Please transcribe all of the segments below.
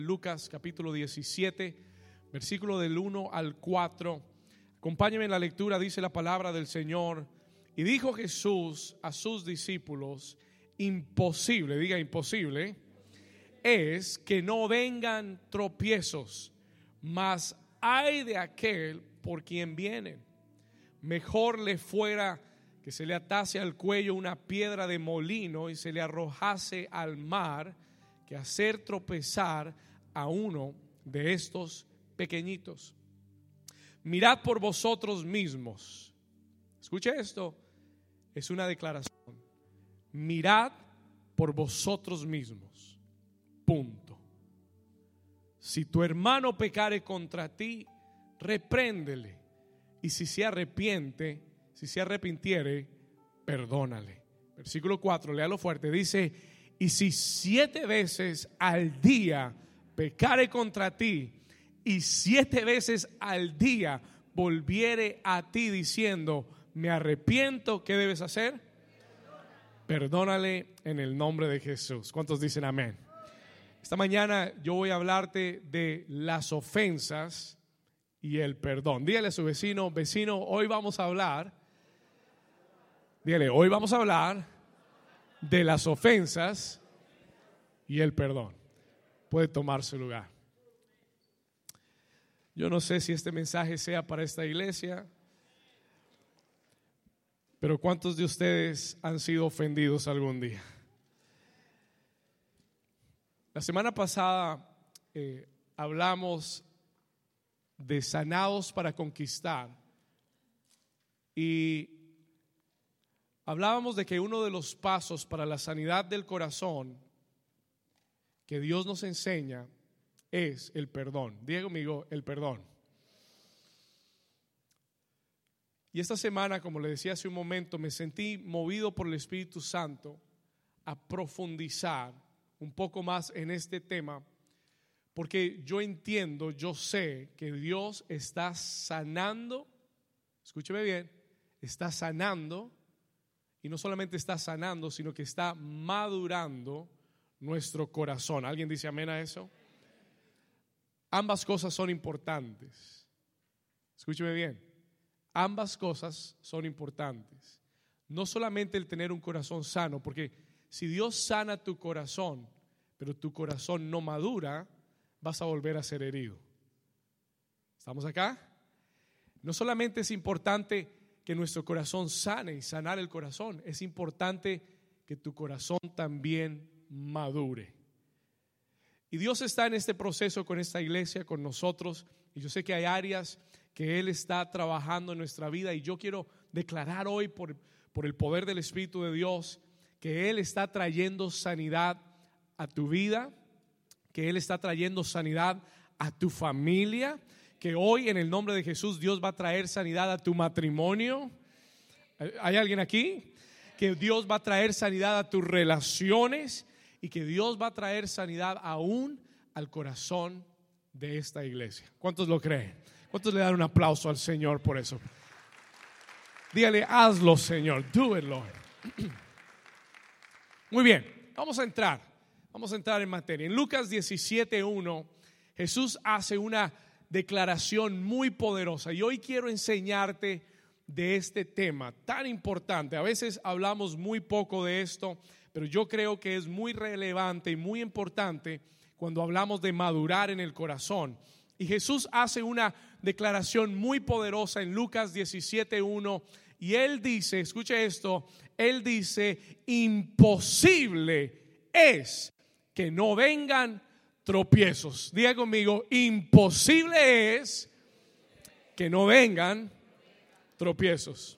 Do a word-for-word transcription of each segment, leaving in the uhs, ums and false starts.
Lucas capítulo diecisiete, versículo del uno al cuatro. Acompáñenme en la lectura. Dice la palabra del Señor: y dijo Jesús a sus discípulos: imposible, diga imposible, es que no vengan tropiezos, mas ay de aquel por quien vienen. Mejor le fuera que se le atase al cuello una piedra de molino y se le arrojase al mar, que hacer tropezar a uno de estos pequeñitos. Mirad por vosotros mismos. Escuche esto, es una declaración. Mirad por vosotros mismos. Punto. Si tu hermano pecare contra ti, repréndele, y si se arrepiente, si se arrepintiere, perdónale. Versículo cuatro, léalo fuerte. Dice: y si siete veces al día pecare contra ti, y siete veces al día volviere a ti diciendo: me arrepiento, ¿qué debes hacer? Perdónale en el nombre de Jesús. ¿Cuántos dicen amén? Esta mañana yo voy a hablarte de las ofensas y el perdón. Dígale a su vecino: vecino, hoy vamos a hablar. Dígale, hoy vamos a hablar de las ofensas y el perdón. Puede tomar su lugar. Yo no sé si este mensaje sea para esta iglesia, pero ¿cuántos de ustedes han sido ofendidos algún día? La semana pasada eh, hablamos de sanados para conquistar, y hablábamos de que uno de los pasos para la sanidad del corazón que Dios nos enseña es el perdón. Diga conmigo, el perdón. Y esta semana, como le decía hace un momento, me sentí movido por el Espíritu Santo a profundizar un poco más en este tema, porque yo entiendo, yo sé que Dios está sanando, escúcheme bien, está sanando, y no solamente está sanando, sino que está madurando nuestro corazón. ¿Alguien dice amén a eso? Ambas cosas son importantes. Escúcheme bien, ambas cosas son importantes. No solamente el tener un corazón sano, porque si Dios sana tu corazón, pero tu corazón no madura, vas a volver a ser herido. ¿Estamos acá? No solamente es importante que nuestro corazón sane y sanar el corazón, es importante que tu corazón también madure. Y Dios está en este proceso con esta iglesia, con nosotros, y yo sé que hay áreas que Él está trabajando en nuestra vida, y yo quiero declarar hoy por, por el poder del Espíritu de Dios que Él está trayendo sanidad a tu vida, que Él está trayendo sanidad a tu familia, que hoy en el nombre de Jesús Dios va a traer sanidad a tu matrimonio. ¿Hay alguien aquí? Que Dios va a traer sanidad a tus relaciones, y que Dios va a traer sanidad aún al corazón de esta iglesia. ¿Cuántos lo creen? ¿Cuántos le dan un aplauso al Señor por eso? Dígale: hazlo, Señor, do it, Lord. Muy bien, vamos a entrar, vamos a entrar en materia. En Lucas diecisiete uno, Jesús hace una declaración muy poderosa, y hoy quiero enseñarte de este tema tan importante. A veces hablamos muy poco de esto, pero yo creo que es muy relevante y muy importante cuando hablamos de madurar en el corazón. Y Jesús hace una declaración muy poderosa en Lucas diecisiete uno, y Él dice, escuche esto, Él dice: imposible es que no vengan tropiezos. Diga conmigo: imposible es que no vengan tropiezos.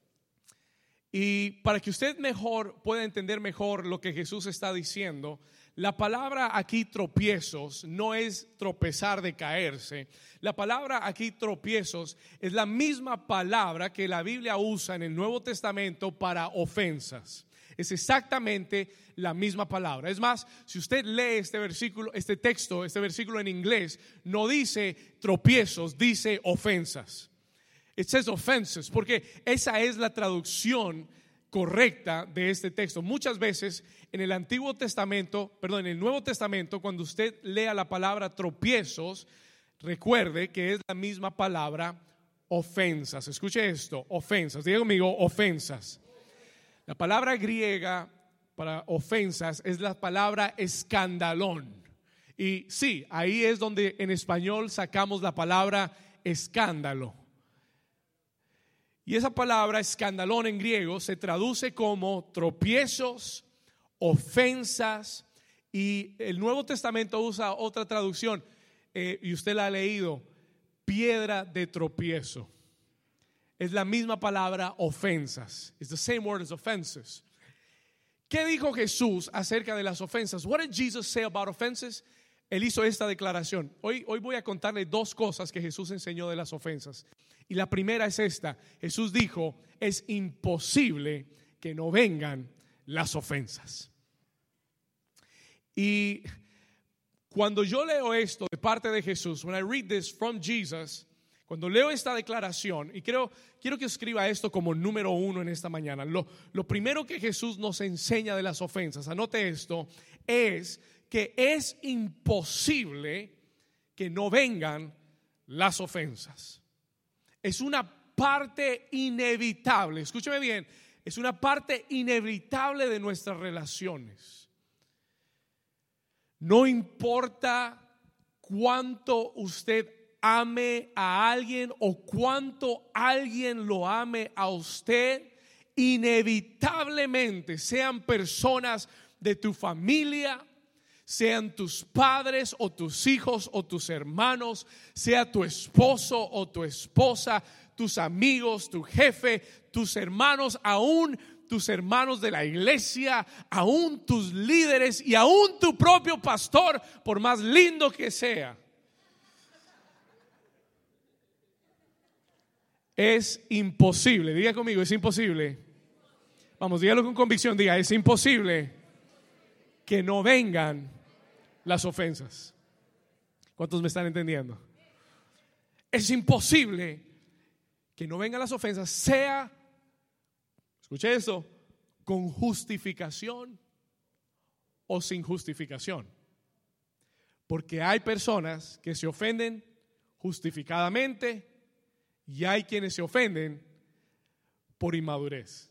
Y para que usted mejor pueda entender mejor lo que Jesús está diciendo, la palabra aquí tropiezos no es tropezar de caerse. La palabra aquí tropiezos es la misma palabra que la Biblia usa en el Nuevo Testamento para ofensas. Es exactamente la misma palabra. Es más, si usted lee este versículo, este texto, este versículo en inglés, no dice tropiezos, dice ofensas. It says offenses, porque esa es la traducción correcta de este texto. Muchas veces en el Antiguo Testamento, perdón, en el Nuevo Testamento, cuando usted lea la palabra tropiezos, recuerde que es la misma palabra ofensas. Escuche esto, ofensas. Diga conmigo, ofensas. La palabra griega para ofensas es la palabra escandalón. Y sí, ahí es donde en español sacamos la palabra escándalo. Y esa palabra escandalón en griego se traduce como tropiezos, ofensas, y el Nuevo Testamento usa otra traducción, eh, y usted la ha leído, piedra de tropiezo. Es la misma palabra ofensas. It's the same word as offenses. ¿Qué dijo Jesús acerca de las ofensas? What did Jesus say about offenses? Él hizo esta declaración. Hoy, hoy voy a contarle dos cosas que Jesús enseñó de las ofensas. Y la primera es esta. Jesús dijo, es imposible que no vengan las ofensas. Y cuando yo leo esto de parte de Jesús, when I read this from Jesus, cuando leo esta declaración, y creo, quiero que escriba esto como número uno en esta mañana. Lo, lo primero que Jesús nos enseña de las ofensas, anote esto, es que es imposible que no vengan las ofensas. Es una parte inevitable, escúcheme bien, es una parte inevitable de nuestras relaciones. No importa cuánto usted ame a alguien o cuánto alguien lo ame a usted, inevitablemente, sean personas de tu familia, sean tus padres o tus hijos o tus hermanos, sea tu esposo o tu esposa, tus amigos, tu jefe, tus hermanos, aún tus hermanos de la iglesia, aún tus líderes y aún tu propio pastor, por más lindo que sea. Es imposible, diga conmigo, es imposible. Vamos, dígalo con convicción, diga, es imposible que no vengan las ofensas. ¿Cuántos me están entendiendo? Es imposible que no vengan las ofensas, sea, escuche eso, con justificación o sin justificación. Porque hay personas que se ofenden justificadamente y hay quienes se ofenden por inmadurez.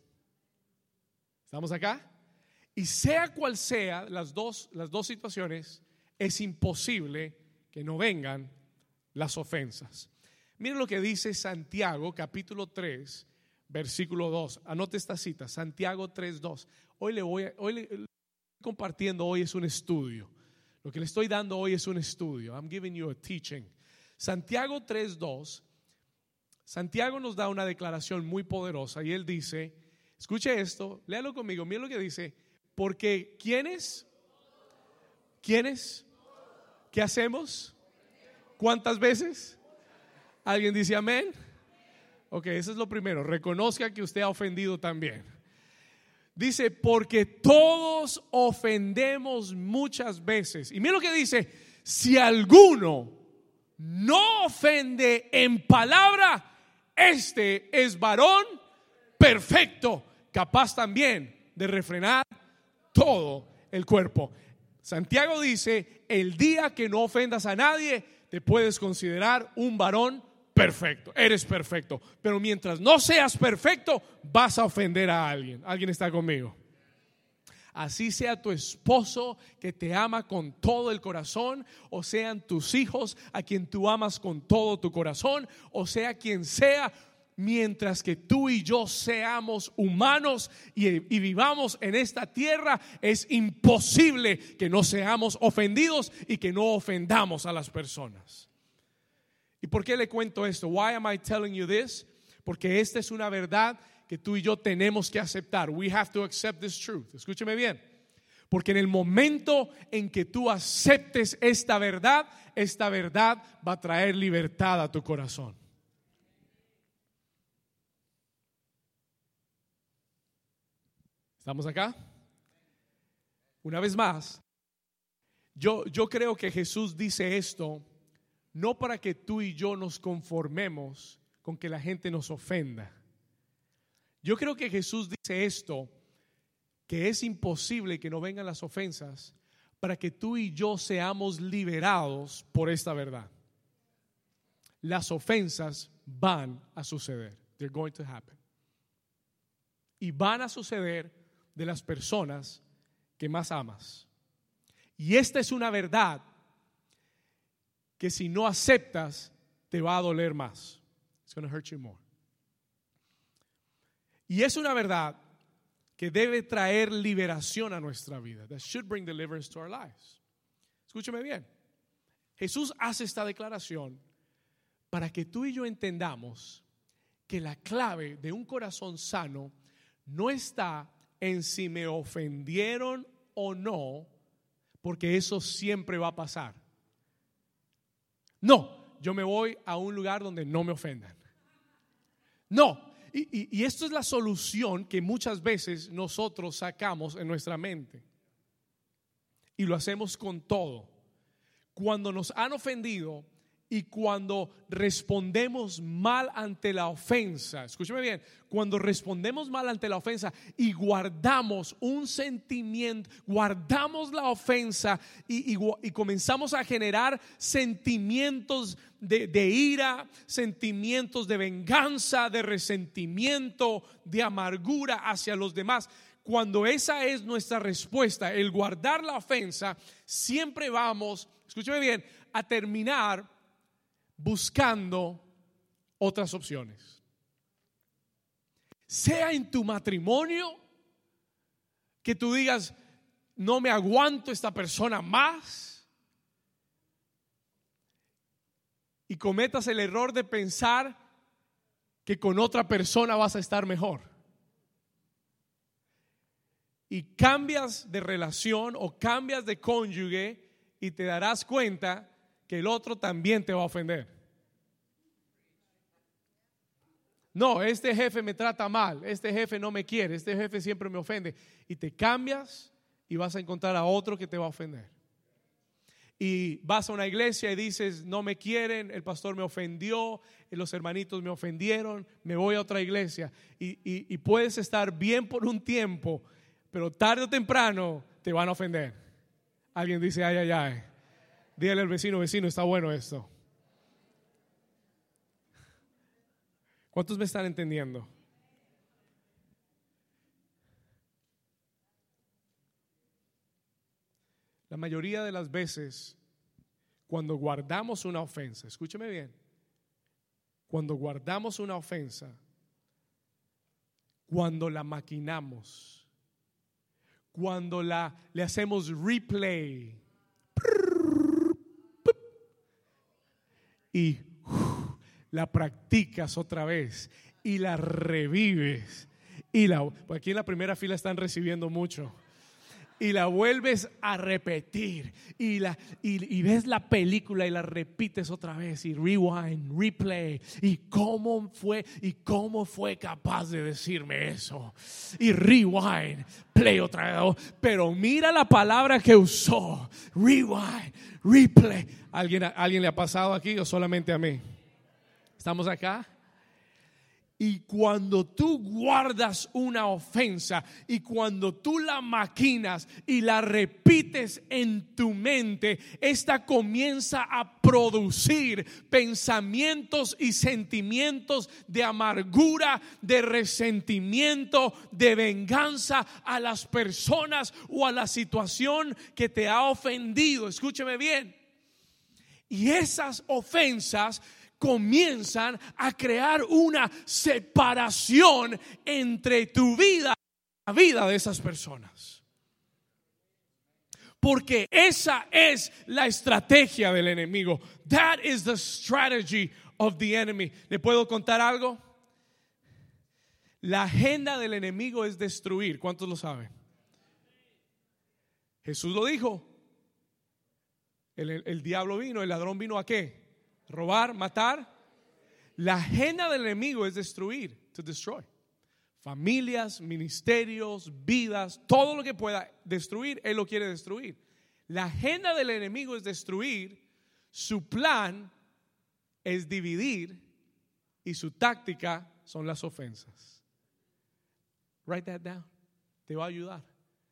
¿Estamos acá? Y sea cual sea las dos, las dos situaciones, es imposible que no vengan las ofensas. Miren lo que dice Santiago capítulo tres versículo dos. Anote esta cita, Santiago tres dos. Hoy le voy a, hoy le, compartiendo hoy es un estudio. Lo que le estoy dando hoy es un estudio. I'm giving you a teaching. Santiago tres dos. Santiago nos da una declaración muy poderosa y él dice, escuche esto, léalo conmigo, mira lo que dice, porque ¿quiénes? ¿Quiénes? ¿Qué hacemos? ¿Cuántas veces? ¿Alguien dice amén? Ok, eso es lo primero, reconozca que usted ha ofendido también. Dice, porque todos ofendemos muchas veces. Y mira lo que dice, si alguno no ofende en palabra, este es varón perfecto, capaz también de refrenar todo el cuerpo. Santiago dice, el día que no ofendas a nadie, te puedes considerar un varón perfecto, eres perfecto. Pero mientras no seas perfecto, vas a ofender a alguien. ¿Alguien está conmigo? Así sea tu esposo que te ama con todo el corazón, o sean tus hijos a quien tú amas con todo tu corazón, o sea quien sea, mientras que tú y yo seamos humanos y, y vivamos en esta tierra, es imposible que no seamos ofendidos y que no ofendamos a las personas. ¿Y por qué le cuento esto? Why am I telling you this? Porque esta es una verdad que tú y yo tenemos que aceptar. We have to accept this truth. Escúcheme bien. Porque en el momento en que tú aceptes esta verdad, esta verdad va a traer libertad a tu corazón. ¿Estamos acá? Una vez más, yo, yo creo que Jesús dice esto no para que tú y yo nos conformemos con que la gente nos ofenda. Yo creo que Jesús dice esto, que es imposible que no vengan las ofensas para que tú y yo seamos liberados por esta verdad. Las ofensas van a suceder. They're going to happen. Y van a suceder de las personas que más amas. Y esta es una verdad que si no aceptas te va a doler más. It's going to hurt you more. Y es una verdad que debe traer liberación a nuestra vida. That should bring deliverance to our lives. Escúcheme bien. Jesús hace esta declaración para que tú y yo entendamos que la clave de un corazón sano no está en si me ofendieron o no, porque eso siempre va a pasar. No, yo me voy a un lugar donde no me ofendan. No, y, y, y esto es la solución que muchas veces nosotros sacamos en nuestra mente. Y lo hacemos con todo. Cuando nos han ofendido y cuando respondemos mal ante la ofensa, escúcheme bien, cuando respondemos mal ante la ofensa y guardamos un sentimiento, guardamos la ofensa y, y, y comenzamos a generar sentimientos de, de ira, sentimientos de venganza, de resentimiento, de amargura hacia los demás. Cuando esa es nuestra respuesta, el guardar la ofensa, siempre vamos, escúcheme bien, a terminar buscando otras opciones. Sea en tu matrimonio, que tú digas, no me aguanto esta persona más, y cometas el error de pensar que con otra persona vas a estar mejor. Y cambias de relación o cambias de cónyuge y te darás cuenta que el otro también te va a ofender. No, este jefe me trata mal, este jefe no me quiere, este jefe siempre me ofende. Y te cambias y vas a encontrar a otro que te va a ofender. Y vas a una iglesia y dices, no me quieren, el pastor me ofendió, los hermanitos me ofendieron, me voy a otra iglesia. Y, y, y puedes estar bien por un tiempo, pero tarde o temprano te van a ofender. Alguien dice, ay, ay, ay. Dígale al vecino, vecino, está bueno esto. ¿Cuántos me están entendiendo? La mayoría de las veces, cuando guardamos una ofensa, escúcheme bien, cuando guardamos una ofensa, cuando la maquinamos, cuando la, le hacemos replay y uh, la practicas otra vez y la revives y la, pues aquí en la primera fila están recibiendo mucho, y la vuelves a repetir y, la, y, y ves la película y la repites otra vez y rewind, replay, y cómo fue y cómo fue capaz de decirme eso, y rewind, play otra vez, pero mira la palabra que usó, rewind, replay. ¿Alguien, ¿Alguien le ha pasado aquí o solamente a mí? ¿Estamos acá? Y cuando tú guardas una ofensa y cuando tú la maquinas y la repites en tu mente, esta comienza a producir pensamientos y sentimientos de amargura, de resentimiento, de venganza a las personas o a la situación que te ha ofendido. Escúcheme bien. Y esas ofensas comienzan a crear una separación entre tu vida y la vida de esas personas. Porque esa es la estrategia del enemigo. That is the strategy of the enemy. ¿Le puedo contar algo? La agenda del enemigo es destruir. ¿Cuántos lo saben? Jesús lo dijo. El, el, el diablo vino, el ladrón vino ¿a qué? Robar, matar. La agenda del enemigo es destruir, to destroy. Familias, ministerios, vidas, todo lo que pueda destruir, él lo quiere destruir. La agenda del enemigo es destruir, su plan es dividir y su táctica son las ofensas. Write that down. Te va a ayudar.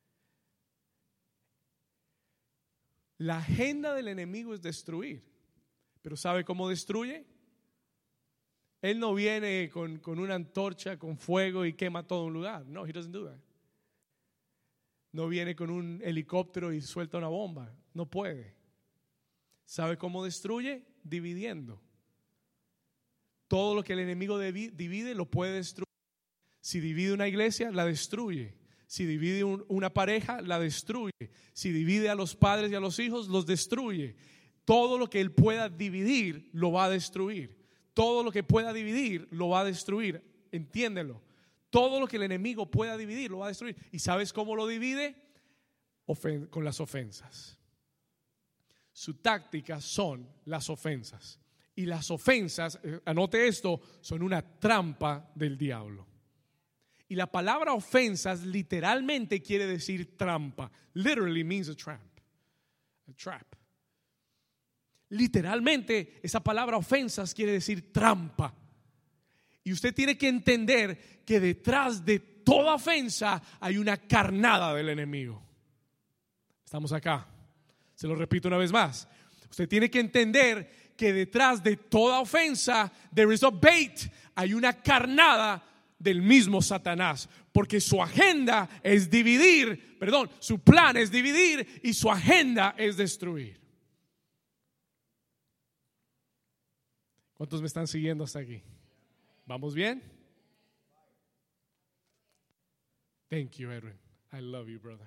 La agenda del enemigo es destruir. Pero ¿sabe cómo destruye? Él no viene con, con una antorcha, con fuego y quema todo un lugar. No, he doesn't do that. No viene con un helicóptero y suelta una bomba. No puede. ¿Sabe cómo destruye? Dividiendo. Todo lo que el enemigo divide lo puede destruir. Si divide una iglesia, la destruye. Si divide un, una pareja, la destruye. Si divide a los padres y a los hijos, los destruye. Todo lo que él pueda dividir, lo va a destruir. Todo lo que pueda dividir, lo va a destruir. Entiéndelo. Todo lo que el enemigo pueda dividir, lo va a destruir. ¿Y sabes cómo lo divide? Ofen- con las ofensas. Su táctica son las ofensas. Y las ofensas, eh, anote esto, son una trampa del diablo. Y la palabra ofensas literalmente quiere decir trampa. Literally means a trap. A trap. Literalmente esa palabra ofensas quiere decir trampa. Y usted tiene que entender que detrás de toda ofensa hay una carnada del enemigo. Estamos acá. Se lo repito una vez más. Usted tiene que entender que detrás de toda ofensa there is a bait. Hay una carnada del mismo Satanás, porque su agenda es dividir, perdón, su plan es dividir y su agenda es destruir. ¿Cuántos me están siguiendo hasta aquí? ¿Vamos bien? Thank you, Edwin. I love you, brother.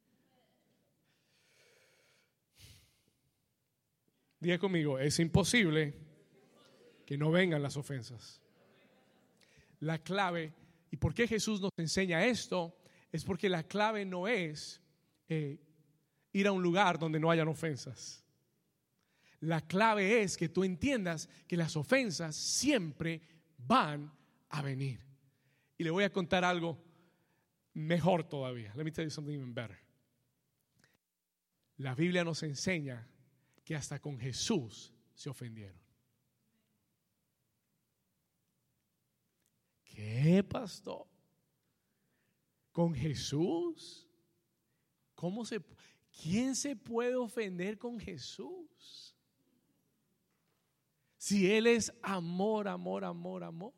Diga conmigo, es imposible que no vengan las ofensas. La clave, y por qué Jesús nos enseña esto, es porque la clave no es eh, ir a un lugar donde no hayan ofensas. La clave es que tú entiendas que las ofensas siempre van a venir. Y le voy a contar algo mejor todavía. Let me tell you something even better. La Biblia nos enseña que hasta con Jesús se ofendieron. ¿Qué, pastor? ¿Con Jesús? ¿Cómo se, ¿Quién se puede ofender con Jesús? Si Él es amor, amor, amor, amor.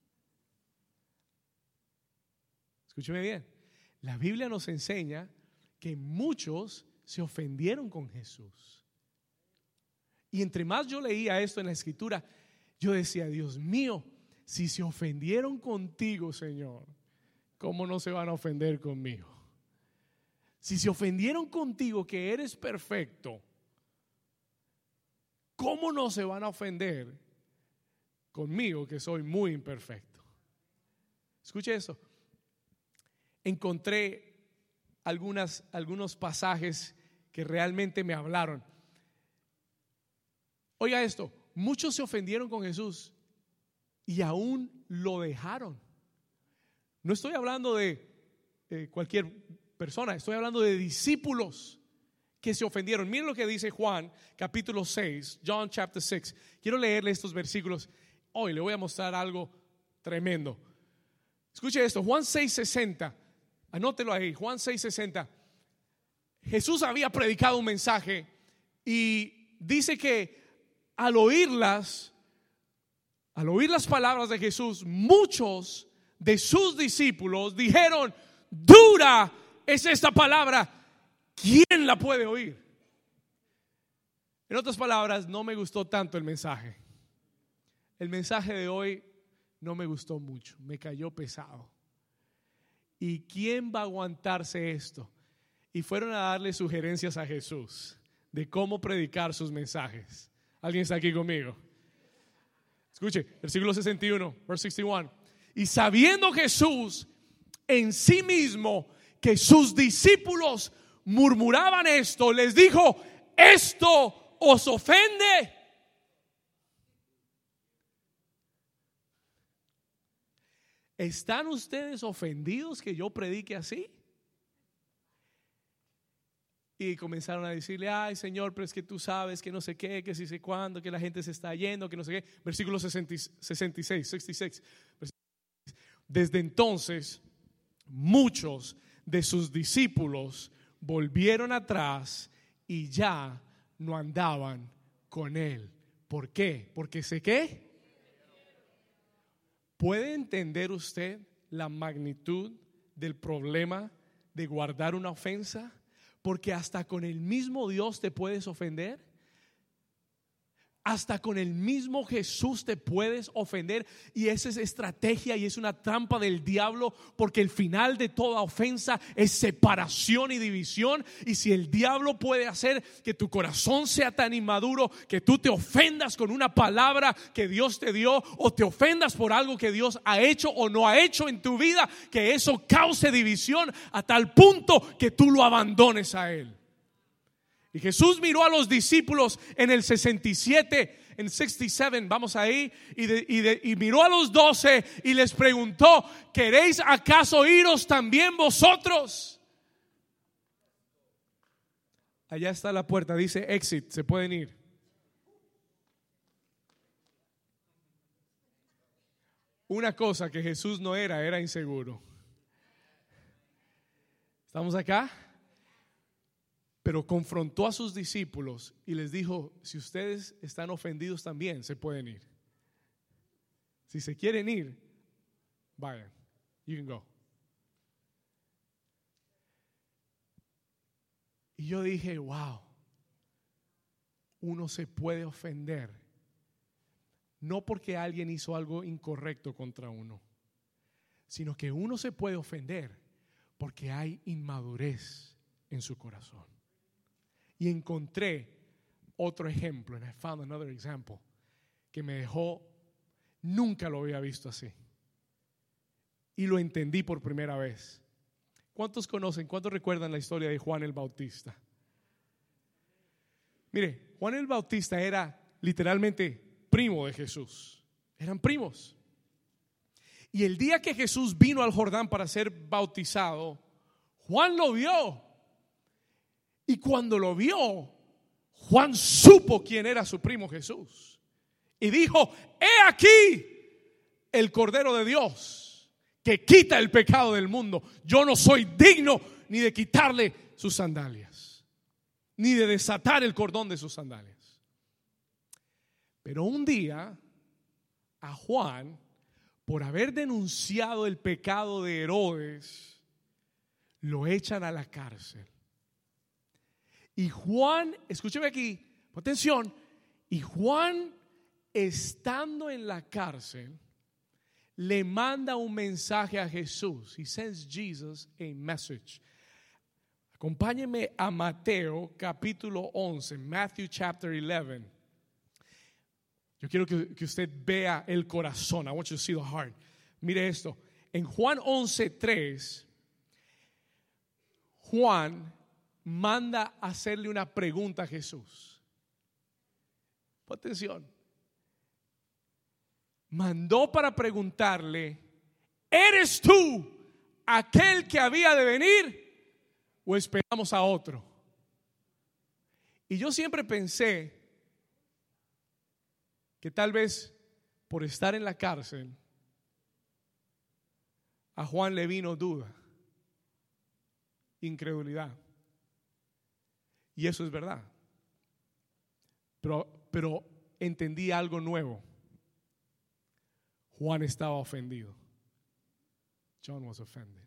Escúcheme bien. La Biblia nos enseña que muchos se ofendieron con Jesús. Y entre más yo leía esto en la Escritura, yo decía, Dios mío, si se ofendieron contigo, Señor, ¿cómo no se van a ofender conmigo? Si se ofendieron contigo, que eres perfecto, ¿cómo no se van a ofender conmigo, que soy muy imperfecto? Escuche eso. Encontré algunas, algunos pasajes que realmente me hablaron. Oiga esto, muchos se ofendieron con Jesús y aún lo dejaron. No estoy hablando de eh, cualquier persona, estoy hablando de discípulos que se ofendieron. Miren lo que dice Juan capítulo seis, John chapter six. Quiero leerle estos versículos. Hoy le voy a mostrar algo tremendo. Escuche esto, Juan seis sesenta. Anótelo ahí, Juan seis sesenta. Jesús había predicado un mensaje y dice que al oírlas, al oír las palabras de Jesús, muchos de sus discípulos dijeron, dura es esta palabra, ¿quién la puede oír? En otras palabras, no me gustó tanto el mensaje. El mensaje de hoy no me gustó mucho, me cayó pesado. ¿Y quién va a aguantarse esto? Y fueron a darle sugerencias a Jesús de cómo predicar sus mensajes. ¿Alguien está aquí conmigo? Escuche, versículo sesenta y uno, verse sesenta y uno. Y sabiendo Jesús en sí mismo que sus discípulos murmuraban esto, les dijo, ¿esto os ofende? ¿Están ustedes ofendidos que yo predique así? Y comenzaron a decirle, ay Señor, pero es que tú sabes que no sé qué, que sí sé cuándo, que la gente se está yendo, que no sé qué. Versículo sesenta y seis, sesenta y seis. Desde entonces muchos de sus discípulos volvieron atrás y ya no andaban con él. ¿Por qué? Porque sé qué. ¿Puede entender usted la magnitud del problema de guardar una ofensa? Porque hasta con el mismo Dios te puedes ofender. Hasta con el mismo Jesús te puedes ofender, y esa es estrategia y es una trampa del diablo, porque el final de toda ofensa es separación y división. Y si el diablo puede hacer que tu corazón sea tan inmaduro que tú te ofendas con una palabra que Dios te dio, o te ofendas por algo que Dios ha hecho o no ha hecho en tu vida, que eso cause división a tal punto que tú lo abandones a él. Y Jesús miró a los discípulos en el sesenta y siete, en sesenta y siete, vamos ahí, y, de, y, de, y miró a los doce y les preguntó: ¿queréis acaso iros también vosotros? Allá está la puerta, dice exit, se pueden ir. Una cosa que Jesús no era, era inseguro. ¿Estamos acá? Pero confrontó a sus discípulos y les dijo: si ustedes están ofendidos también, se pueden ir. Si se quieren ir, vayan. You can go. Y yo dije: wow, uno se puede ofender, no porque alguien hizo algo incorrecto contra uno, sino que uno se puede ofender porque hay inmadurez en su corazón. Y encontré otro ejemplo, and I found another example, que me dejó, nunca lo había visto así. Y lo entendí por primera vez. ¿Cuántos conocen, cuántos recuerdan la historia de Juan el Bautista? Mire, Juan el Bautista era literalmente primo de Jesús. Eran primos. Y el día que Jesús vino al Jordán para ser bautizado, Juan lo vio. Y cuando lo vio, Juan supo quién era su primo Jesús. Y dijo: he aquí el Cordero de Dios que quita el pecado del mundo. Yo no soy digno ni de quitarle sus sandalias, ni de desatar el cordón de sus sandalias. Pero un día a Juan, por haber denunciado el pecado de Herodes, lo echan a la cárcel. Y Juan, escúcheme aquí, atención, y Juan, estando en la cárcel, le manda un mensaje a Jesús. He sends Jesus a message. Acompáñeme a Mateo capítulo once, Matthew chapter eleven. Yo quiero que, que usted vea el corazón. I want you to see the heart. Mire esto. En Juan once tres, Juan manda hacerle una pregunta a Jesús. Pon atención. Mandó para preguntarle: ¿eres tú aquel que había de venir o esperamos a otro? Y yo siempre pensé que tal vez por estar en la cárcel a Juan le vino duda, incredulidad. Y eso es verdad. Pero, pero entendí algo nuevo. Juan estaba ofendido. John was offended.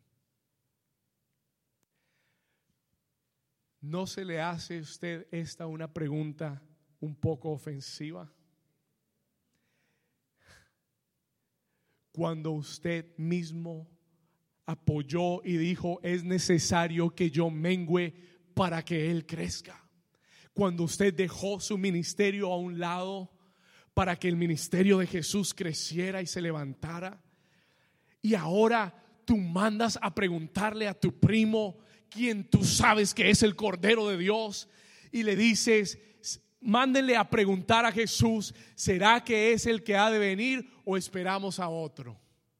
¿No se le hace a usted esta una pregunta un poco ofensiva? Cuando usted mismo apoyó y dijo: es necesario que yo mengüe para que Él crezca. Cuando usted dejó su ministerio a un lado para que el ministerio de Jesús creciera y se levantara, y ahora tú mandas a preguntarle a tu primo, quien tú sabes que es el Cordero de Dios, y le dices: mándenle a preguntar a Jesús, ¿será que es el que ha de venir o esperamos a otro?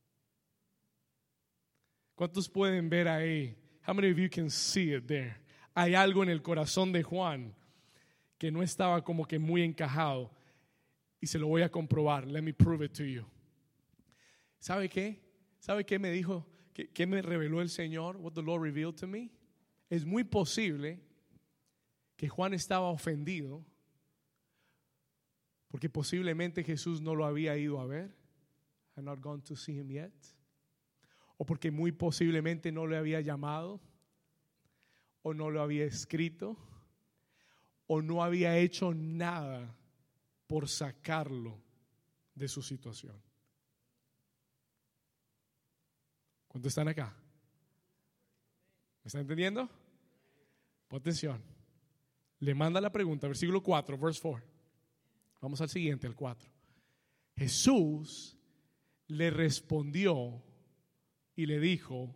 ¿Cuántos pueden ver ahí? How many of you can see it there? Hay algo en el corazón de Juan que no estaba como que muy encajado, y se lo voy a comprobar. Let me prove it to you. ¿Sabe qué? ¿Sabe qué me dijo ¿qué, qué me reveló el Señor? What the Lord revealed to me. Es muy posible que Juan estaba ofendido porque posiblemente Jesús no lo había ido a ver. Had not gone to see him yet. O porque muy posiblemente no le había llamado, o no lo había escrito, o no había hecho nada por sacarlo de su situación. ¿Cuántos están acá? ¿Me están entendiendo? Pon atención. Le manda la pregunta, versículo cuatro, verse cuatro. Vamos al siguiente, al cuatro. Jesús le respondió y le dijo: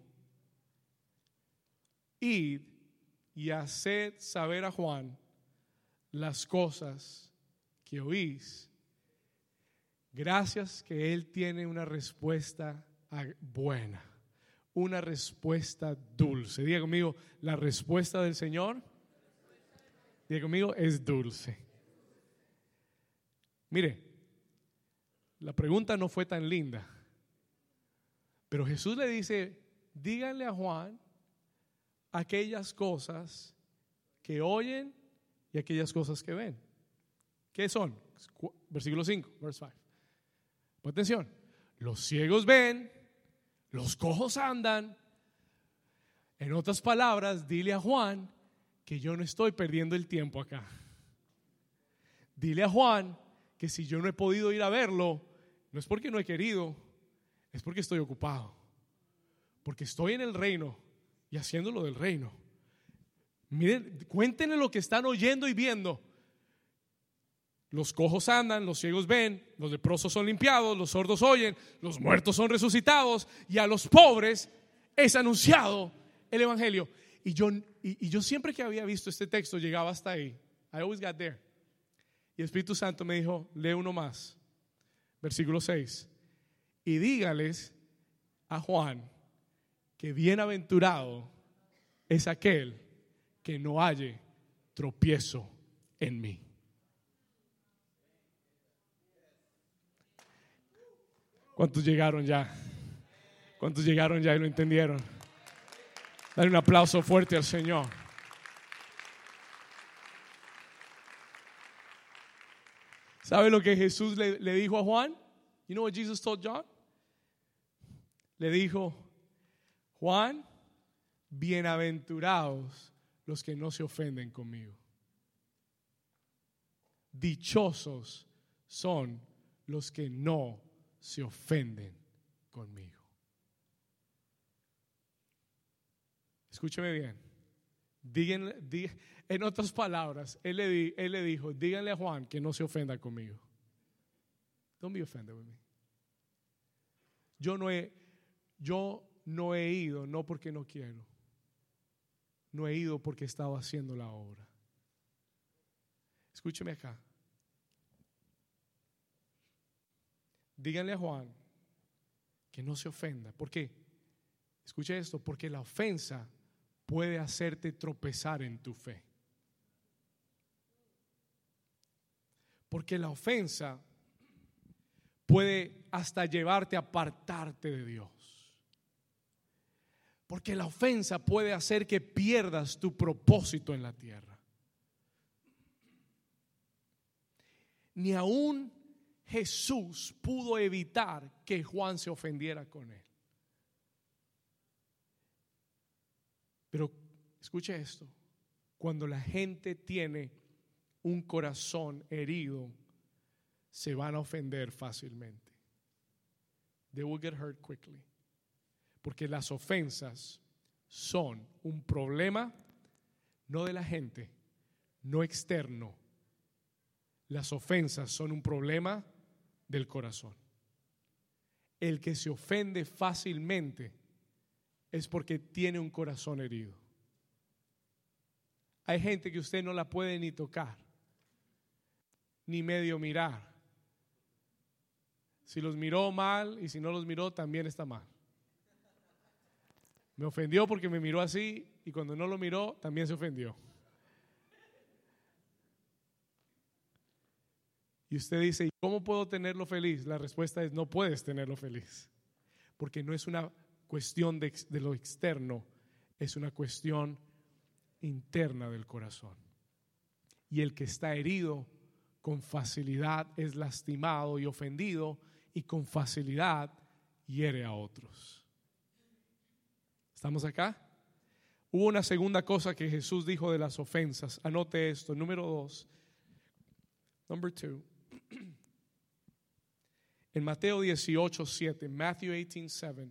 id y haced saber a Juan las cosas que oís. Gracias que él tiene una respuesta buena, una respuesta dulce. Diga conmigo, la respuesta del Señor, diga conmigo, es dulce. Mire, la pregunta no fue tan linda, pero Jesús le dice: díganle a Juan aquellas cosas que oyen y aquellas cosas que ven. ¿Qué son? Versículo cinco, verse cinco. Pon atención. Los ciegos ven, los cojos andan. En otras palabras, dile a Juan que yo no estoy perdiendo el tiempo acá. Dile a Juan que si yo no he podido ir a verlo, no es porque no he querido, es porque estoy ocupado, porque estoy en el reino y haciendo lo del reino. Miren, cuéntenle lo que están oyendo y viendo. Los cojos andan, los ciegos ven, los leprosos son limpiados, los sordos oyen, los muertos son resucitados, y a los pobres es anunciado el evangelio. Y yo, y, y yo siempre que había visto este texto llegaba hasta ahí. I always got there. Y el Espíritu Santo me dijo: lee uno más, versículo seis. Y dígales a Juan que bienaventurado es aquel que no halle tropiezo en mí. ¿Cuántos llegaron ya? ¿Cuántos llegaron ya y lo entendieron? Dale un aplauso fuerte al Señor. ¿Sabe lo que Jesús le, le dijo a Juan? You know what Jesus told John? Le dijo: Juan, bienaventurados los que no se ofenden conmigo. Dichosos son los que no se ofenden conmigo. Escúcheme bien. Díganle, dí, en otras palabras, él le, di, él le dijo: díganle a Juan que no se ofenda conmigo. Don't be offended with me. Yo no he, yo no he ido, no porque no quiero. No he ido porque estaba haciendo la obra. Escúcheme acá. Díganle a Juan que no se ofenda. ¿Por qué? Escuche esto, porque la ofensa puede hacerte tropezar en tu fe. Porque la ofensa puede hasta llevarte a apartarte de Dios. Porque la ofensa puede hacer que pierdas tu propósito en la tierra. Ni aún Jesús pudo evitar que Juan se ofendiera con él. Pero escuche esto: cuando la gente tiene un corazón herido, se van a ofender fácilmente. They will get hurt quickly. Porque las ofensas son un problema no de la gente, no externo. Las ofensas son un problema del corazón. El que se ofende fácilmente es porque tiene un corazón herido. Hay gente que usted no la puede ni tocar, ni medio mirar. Si los miró mal y si no los miró también está mal. Me ofendió porque me miró así, y cuando no lo miró también se ofendió. Y usted dice: ¿cómo puedo tenerlo feliz? La respuesta es: no puedes tenerlo feliz, porque no es una cuestión de, de lo externo, es una cuestión interna del corazón. Y el que está herido con facilidad es lastimado y ofendido, y con facilidad hiere a otros. ¿Estamos acá? Hubo una segunda cosa que Jesús dijo de las ofensas. Anote esto, número dos. Number two. En Mateo dieciocho siete, Matthew eighteen seven.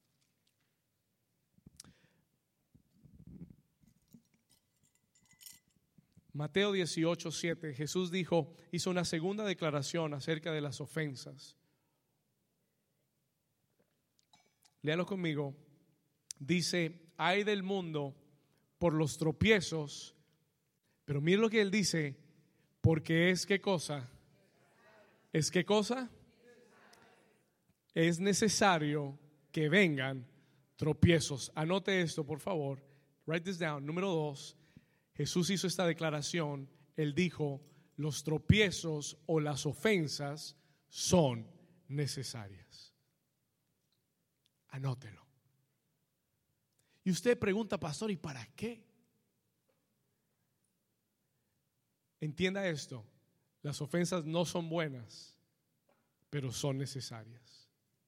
Mateo dieciocho siete, Jesús dijo, hizo una segunda declaración acerca de las ofensas. Léalo conmigo. Dice, ay del mundo por los tropiezos, pero mire lo que él dice, porque es ¿qué cosa? ¿Es qué cosa? Es necesario que vengan tropiezos. Anote esto, por favor. Write this down. Número dos. Jesús hizo esta declaración. Él dijo, los tropiezos o las ofensas son necesarias. Anótelo. Y usted pregunta, pastor, ¿y para qué? Entienda esto. Las ofensas no son buenas, pero son necesarias.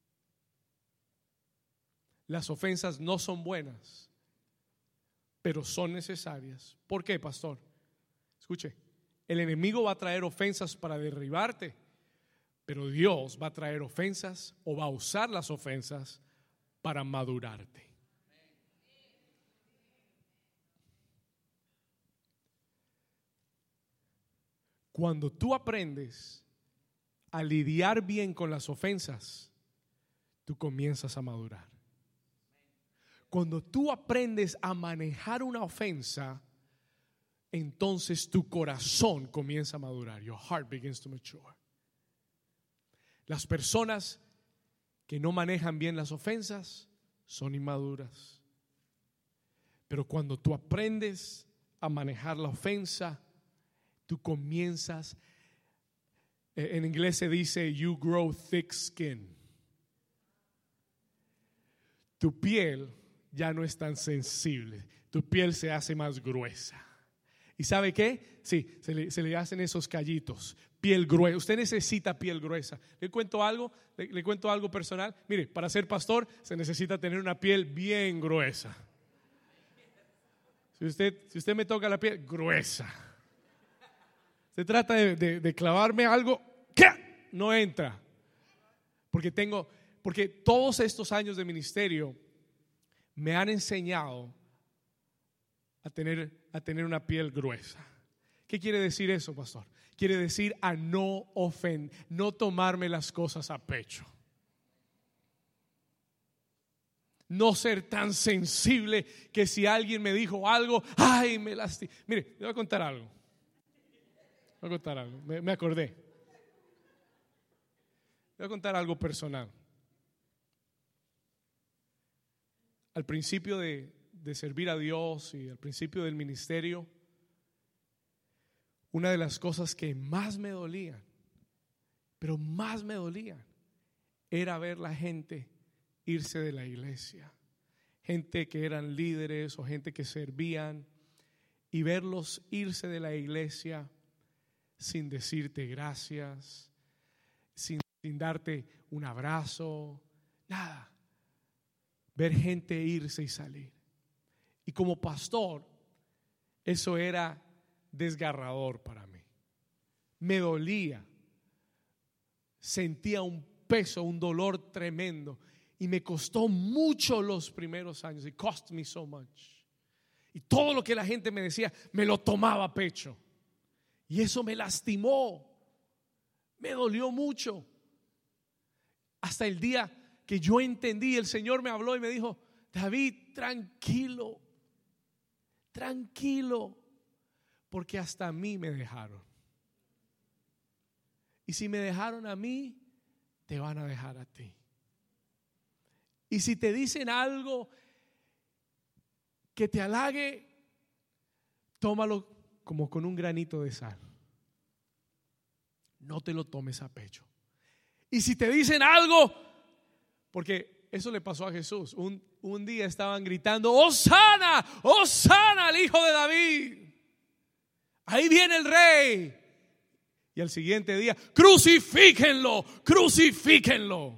Las ofensas no son buenas, pero son necesarias. ¿Por qué, pastor? Escuche, el enemigo va a traer ofensas para derribarte, pero Dios va a traer ofensas o va a usar las ofensas para madurarte. Cuando tú aprendes a lidiar bien con las ofensas, tú comienzas a madurar. Cuando tú aprendes a manejar una ofensa, entonces tu corazón comienza a madurar. Your heart begins to mature. Las personas que no manejan bien las ofensas son inmaduras. Pero cuando tú aprendes a manejar la ofensa, tú comienzas, en inglés se dice, you grow thick skin. Tu piel ya no es tan sensible, tu piel se hace más gruesa. ¿Y sabe qué? Sí, se le, se le hacen esos callitos, piel gruesa. Usted necesita piel gruesa. Le cuento algo, le, le cuento algo personal. Mire, para ser pastor se necesita tener una piel bien gruesa. Si usted, si usted me toca la piel, gruesa. Se trata de, de, de clavarme algo que no entra. Porque tengo, porque todos estos años de ministerio me han enseñado a tener, a tener una piel gruesa. ¿Qué quiere decir eso, pastor? Quiere decir a no ofender, no tomarme las cosas a pecho. No ser tan sensible que si alguien me dijo algo, ay, me lastimé. Mire, le voy a contar algo. Le voy a contar algo. Me, me acordé. Le voy a contar algo personal. Al principio de, de servir a Dios y al principio del ministerio, una de las cosas que más me dolían, pero más me dolían, era ver la gente irse de la iglesia. Gente que eran líderes o gente que servían, y verlos irse de la iglesia sin decirte gracias, sin, sin darte un abrazo, nada. Ver gente irse y salir. Y como pastor, eso era desgarrador para mí. Me dolía. Sentía un peso, un dolor tremendo. Y me costó mucho los primeros años. It cost me so much. Y todo lo que la gente me decía, me lo tomaba a pecho. Y eso me lastimó. Me dolió mucho. Hasta el día que yo entendí, el Señor me habló y me dijo, David, tranquilo, tranquilo, porque hasta a mí me dejaron. Y si me dejaron a mí, te van a dejar a ti. Y si te dicen algo que te halague, tómalo como con un granito de sal. No te lo tomes a pecho. Y si te dicen algo, porque eso le pasó a Jesús. Un, un día estaban gritando: ¡Hosana! ¡Hosana al hijo de David! Ahí viene el rey. Y al siguiente día: ¡crucifíquenlo! ¡Crucifíquenlo!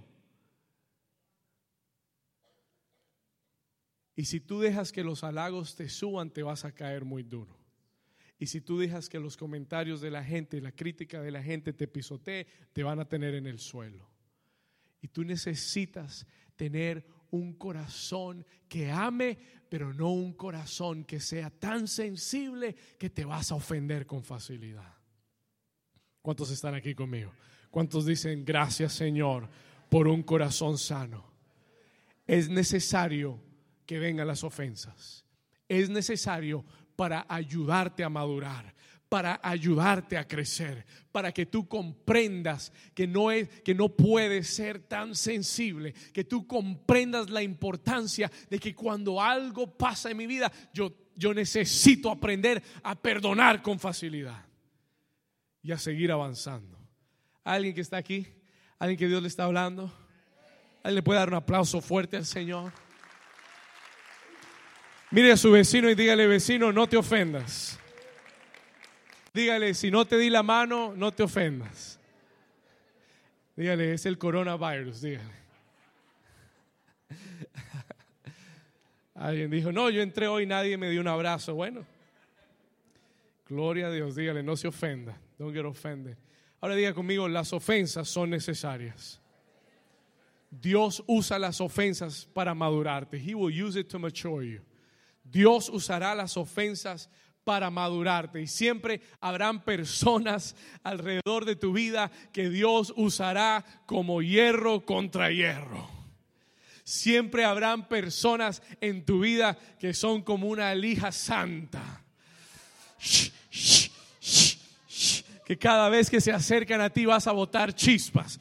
Y si tú dejas que los halagos te suban, te vas a caer muy duro. Y si tú dejas que los comentarios de la gente y la crítica de la gente te pisotee, te van a tener en el suelo. Y tú necesitas tener un corazón que ame, pero no un corazón que sea tan sensible que te vas a ofender con facilidad. ¿Cuántos están aquí conmigo? ¿Cuántos dicen: gracias, Señor, por un corazón sano? Es necesario que vengan las ofensas. Es necesario para ayudarte a madurar, para ayudarte a crecer, para que tú comprendas que no es, que no puedes ser tan sensible, que tú comprendas la importancia de que cuando algo pasa en mi vida, yo, yo necesito aprender a perdonar con facilidad y a seguir avanzando. ¿Alguien que está aquí? ¿Alguien que Dios le está hablando? ¿Alguien le puede dar un aplauso fuerte al Señor? Mire a su vecino y dígale: vecino, no te ofendas. Dígale: si no te di la mano, no te ofendas. Dígale: es el coronavirus, dígale. Alguien dijo: no, yo entré hoy, nadie me dio un abrazo. Bueno, gloria a Dios. Dígale: no se ofenda. Don't get offended. Ahora diga conmigo: las ofensas son necesarias. Dios usa las ofensas para madurarte. He will use it to mature you. Dios usará las ofensas para madurarte, y siempre habrán personas alrededor de tu vida que Dios usará como hierro contra hierro. Siempre habrán personas en tu vida que son como una lija santa, que cada vez que se acercan a ti vas a botar chispas,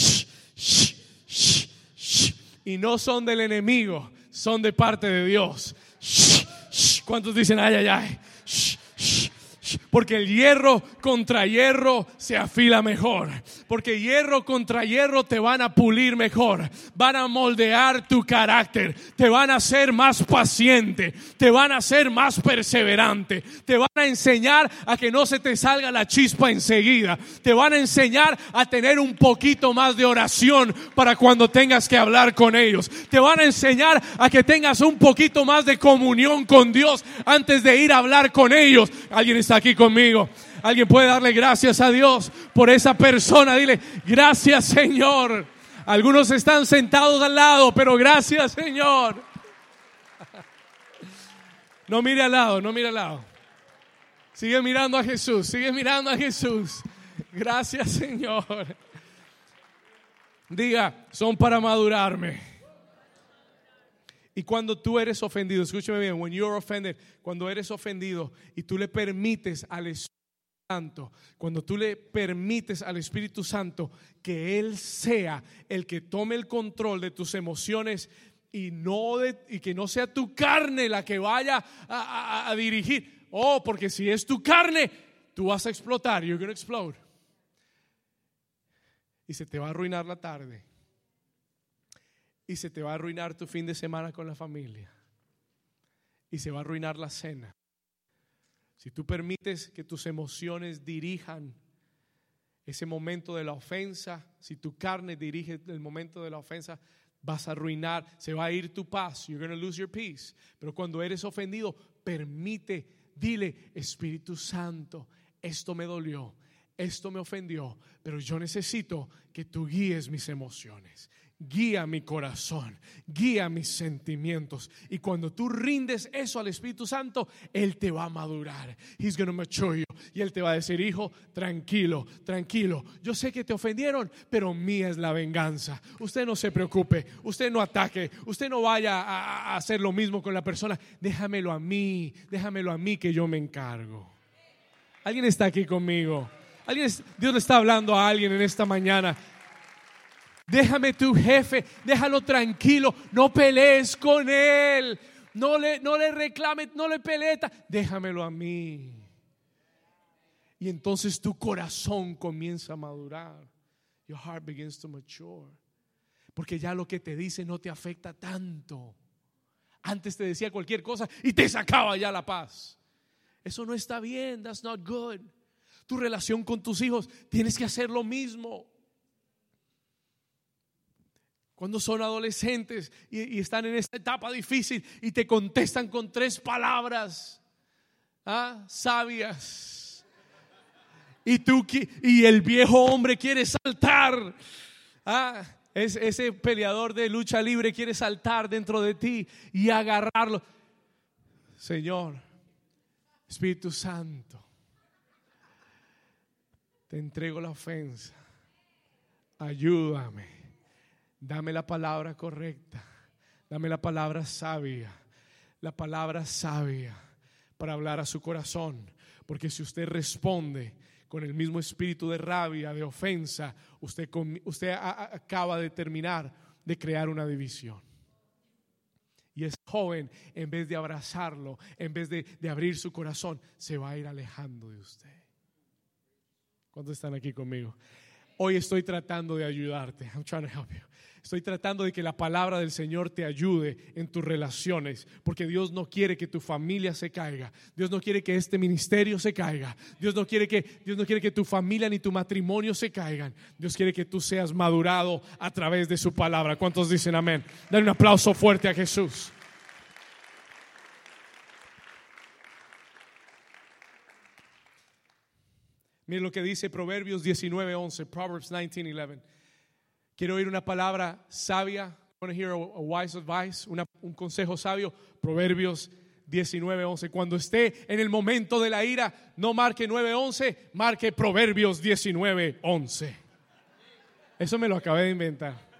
y no son del enemigo, son de parte de Dios. ¿Cuántos dicen ay, ay, ay? Porque el hierro contra hierro se afila mejor. Porque hierro contra hierro te van a pulir mejor. Van a moldear tu carácter. Te van a hacer más paciente. Te van a hacer más perseverante. Te van a enseñar a que no se te salga la chispa enseguida. Te van a enseñar a tener un poquito más de oración para cuando tengas que hablar con ellos. Te van a enseñar a que tengas un poquito más de comunión con Dios antes de ir a hablar con ellos. Alguien está aquí conmigo. Alguien puede darle gracias a Dios por esa persona. Dile: gracias, Señor. Algunos están sentados al lado, pero gracias, Señor. No mire al lado, no mire al lado. Sigue mirando a Jesús, sigue mirando a Jesús. Gracias, Señor. Diga: son para madurarme. Y cuando tú eres ofendido, escúchame bien, when you're offended, cuando eres ofendido y tú le permites al Espíritu Santo, cuando tú le permites al Espíritu Santo que Él sea el que tome el control de tus emociones y, no de, y que no sea tu carne la que vaya a, a, a dirigir. Oh, porque si es tu carne, tú vas a explotar, you're going to explode. Y se te va a arruinar la tarde. Y se te va a arruinar tu fin de semana con la familia. Y se va a arruinar la cena. Si tú permites que tus emociones dirijan ese momento de la ofensa, si tu carne dirige el momento de la ofensa, vas a arruinar, se va a ir tu paz. You're going to lose your peace. Pero cuando eres ofendido, permite, dile: Espíritu Santo, esto me dolió, esto me ofendió, pero yo necesito que tú guíes mis emociones. Guía mi corazón, guía mis sentimientos. Y cuando tú rindes eso al Espíritu Santo, Él te va a madurar. He's going to mature you. Y Él te va a decir: hijo, tranquilo, tranquilo. Yo sé que te ofendieron, pero mía es la venganza. Usted no se preocupe, usted no ataque, usted no vaya a, a hacer lo mismo con la persona. Déjamelo a mí, déjamelo a mí que yo me encargo. ¿Alguien está aquí conmigo? ¿Alguien es, Dios le está hablando a alguien en esta mañana? Déjame tu jefe, déjalo tranquilo, no pelees con él, no le, no le reclames, no le pelees, déjamelo a mí. Y entonces tu corazón comienza a madurar. Your heart begins to mature. Porque ya lo que te dice no te afecta tanto. Antes te decía cualquier cosa y te sacaba ya la paz. Eso no está bien, that's not good. Tu relación con tus hijos, tienes que hacer lo mismo. Cuando son adolescentes y, y están en esta etapa difícil y te contestan con tres palabras, ¿ah? sabias. Y tú y el viejo hombre quiere saltar. ¿Ah? Es, ese peleador de lucha libre quiere saltar dentro de ti y agarrarlo. Señor, Espíritu Santo, te entrego la ofensa. Ayúdame. Dame la palabra correcta. Dame la palabra sabia. La palabra sabia para hablar a su corazón. Porque si usted responde con el mismo espíritu de rabia, de ofensa, usted, usted acaba de terminar de crear una división. Y ese joven, en vez de abrazarlo, en vez de, de abrir su corazón, se va a ir alejando de usted. ¿Cuántos están aquí conmigo? Hoy estoy tratando de ayudarte. I'm trying to help you. Estoy tratando de que la palabra del Señor te ayude en tus relaciones, porque Dios no quiere que tu familia se caiga. Dios no quiere que este ministerio se caiga. Dios no quiere que, Dios no quiere que tu familia ni tu matrimonio se caigan. Dios quiere que tú seas madurado a través de su palabra. ¿Cuántos dicen amén? Dale un aplauso fuerte a Jesús. Mire lo que dice Proverbios diecinueve once. Proverbs nineteen eleven. Quiero oír una palabra sabia. I want to hear a, a wise advice, una, un consejo sabio. Proverbios diecinueve once. Cuando esté en el momento de la ira, no marque nueve once, marque Proverbios diecinueve once. Eso me lo acabé de inventar.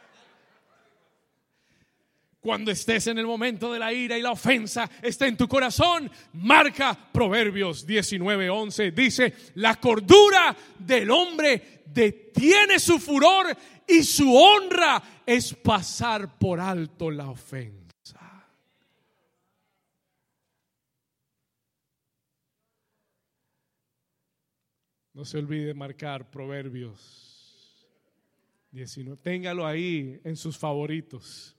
Cuando estés en el momento de la ira y la ofensa está en tu corazón, marca Proverbios diecinueve once. Dice: la cordura del hombre detiene su furor y su honra es pasar por alto la ofensa. No se olvide de marcar Proverbios diecinueve. Téngalo ahí en sus favoritos.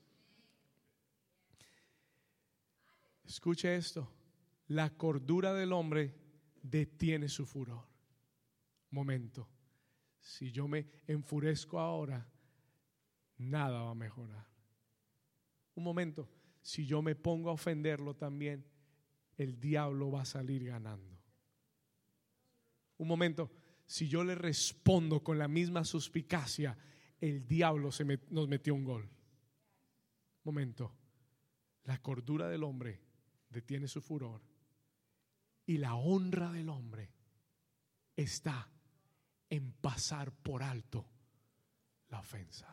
Escuche esto: la cordura del hombre detiene su furor. Momento, si yo me enfurezco ahora, nada va a mejorar. Un momento, si yo me pongo a ofenderlo también, el diablo va a salir ganando. Un momento, si yo le respondo con la misma suspicacia, el diablo se me, nos metió un gol. Momento, la cordura del hombre detiene su furor y la honra del hombre está en pasar por alto la ofensa.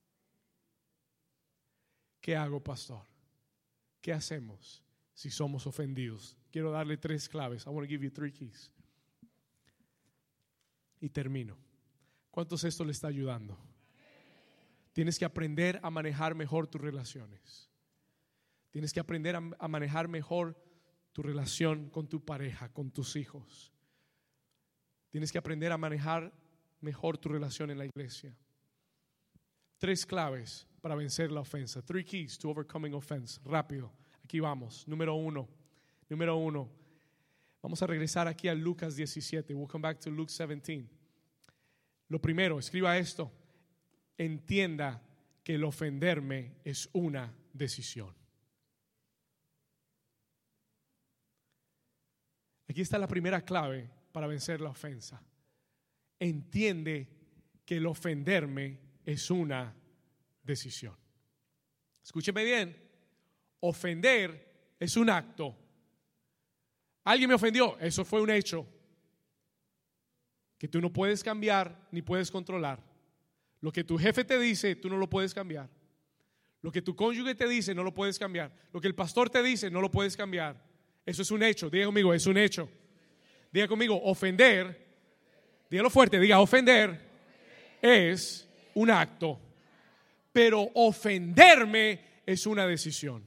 ¿Qué hago, pastor? ¿Qué hacemos si somos ofendidos? Quiero darle tres claves. I want to give you three keys. Y termino. ¿Cuántos esto le está ayudando? Tienes que aprender a manejar mejor tus relaciones. Tienes que aprender a, a manejar mejor tu relación con tu pareja, con tus hijos. Tienes que aprender a manejar mejor tu relación en la iglesia. Tres claves para vencer la ofensa. Three keys to overcoming offense. Rápido, aquí vamos. Número uno. Número uno. Vamos a regresar aquí a Lucas diecisiete. We'll come back to Luke seventeen. Lo primero, escriba esto. Entienda que el ofenderme es una decisión. Aquí está la primera clave para vencer la ofensa. Entiende que el ofenderme es una decisión. Escúcheme bien. Ofender es un acto. Alguien me ofendió, eso fue un hecho que tú no puedes cambiar ni puedes controlar. Lo que tu jefe te dice, tú no lo puedes cambiar. Lo que tu cónyuge te dice, no lo puedes cambiar. Lo que el pastor te dice, no lo puedes cambiar. Eso es un hecho. Diga conmigo, es un hecho. Diga conmigo, ofender. Dígalo fuerte, diga, ofender es un acto, pero ofenderme es una decisión.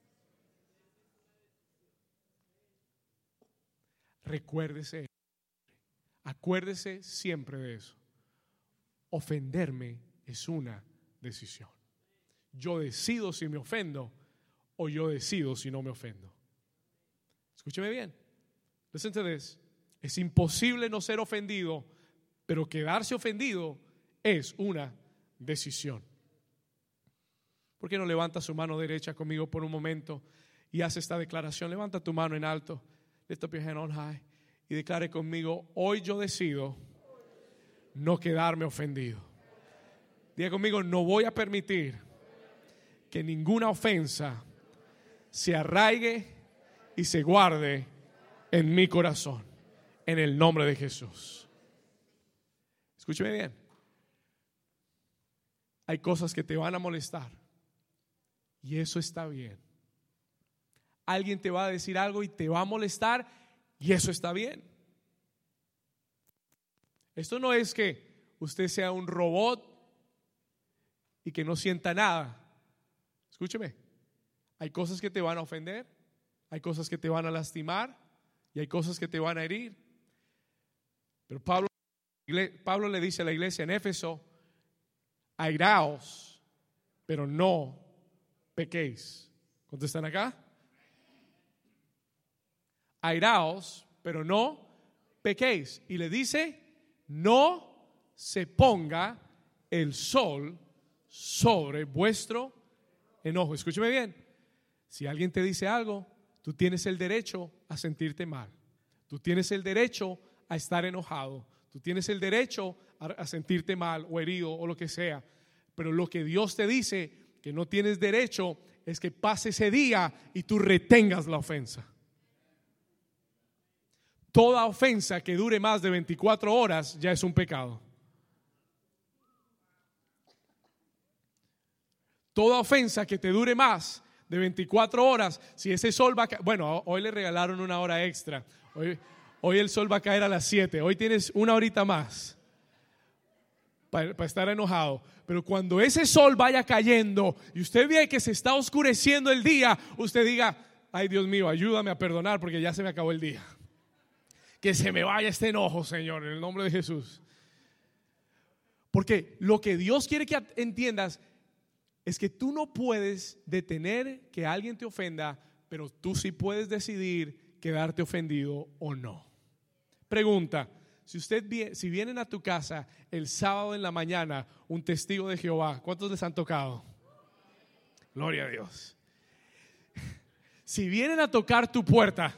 Recuérdese, acuérdese siempre de eso. Ofenderme es una decisión. Yo decido si me ofendo o yo decido si no me ofendo. Escúcheme bien. Listen to this. Es imposible no ser ofendido, pero quedarse ofendido es una decisión. ¿Por qué no levanta su mano derecha conmigo por un momento y hace esta declaración? Levanta tu mano en alto. Lift up your hand on high y declare conmigo: hoy yo decido no quedarme ofendido. Diga conmigo: no voy a permitir que ninguna ofensa se arraigue y se guarde en mi corazón, en el nombre de Jesús. Escúcheme bien. Hay cosas que te van a molestar y eso está bien. Alguien te va a decir algo y te va a molestar y eso está bien. Esto no es que usted sea un robot y que no sienta nada. Escúcheme. Hay cosas que te van a ofender, hay cosas que te van a lastimar y hay cosas que te van a herir. Pero Pablo, Pablo le dice a la iglesia en Éfeso: airaos, pero no pequéis. ¿Cuántos están acá? Airaos, pero no pequéis. Y le dice: no se ponga el sol sobre vuestro enojo. Escúcheme bien. Si alguien te dice algo, tú tienes el derecho a sentirte mal. Tú tienes el derecho a estar enojado. Tú tienes el derecho a, a sentirte mal o herido o lo que sea. Pero lo que Dios te dice que no tienes derecho es que pase ese día y tú retengas la ofensa. Toda ofensa que dure más de veinticuatro horas ya es un pecado. Toda ofensa que te dure más de veinticuatro horas, si ese sol va a caer, bueno, hoy le regalaron una hora extra. Hoy, hoy el sol va a caer a las siete. Hoy tienes una horita más para, para estar enojado. Pero cuando ese sol vaya cayendo y usted ve que se está oscureciendo el día, usted diga: ay, Dios mío, ayúdame a perdonar porque ya se me acabó el día. Que se me vaya este enojo, Señor, en el nombre de Jesús. Porque lo que Dios quiere que entiendas es que tú no puedes detener que alguien te ofenda, pero tú sí puedes decidir quedarte ofendido o no. Pregunta: si usted viene, si vienen a tu casa el sábado en la mañana un testigo de Jehová, ¿cuántos les han tocado? Gloria a Dios. Si vienen a tocar tu puerta,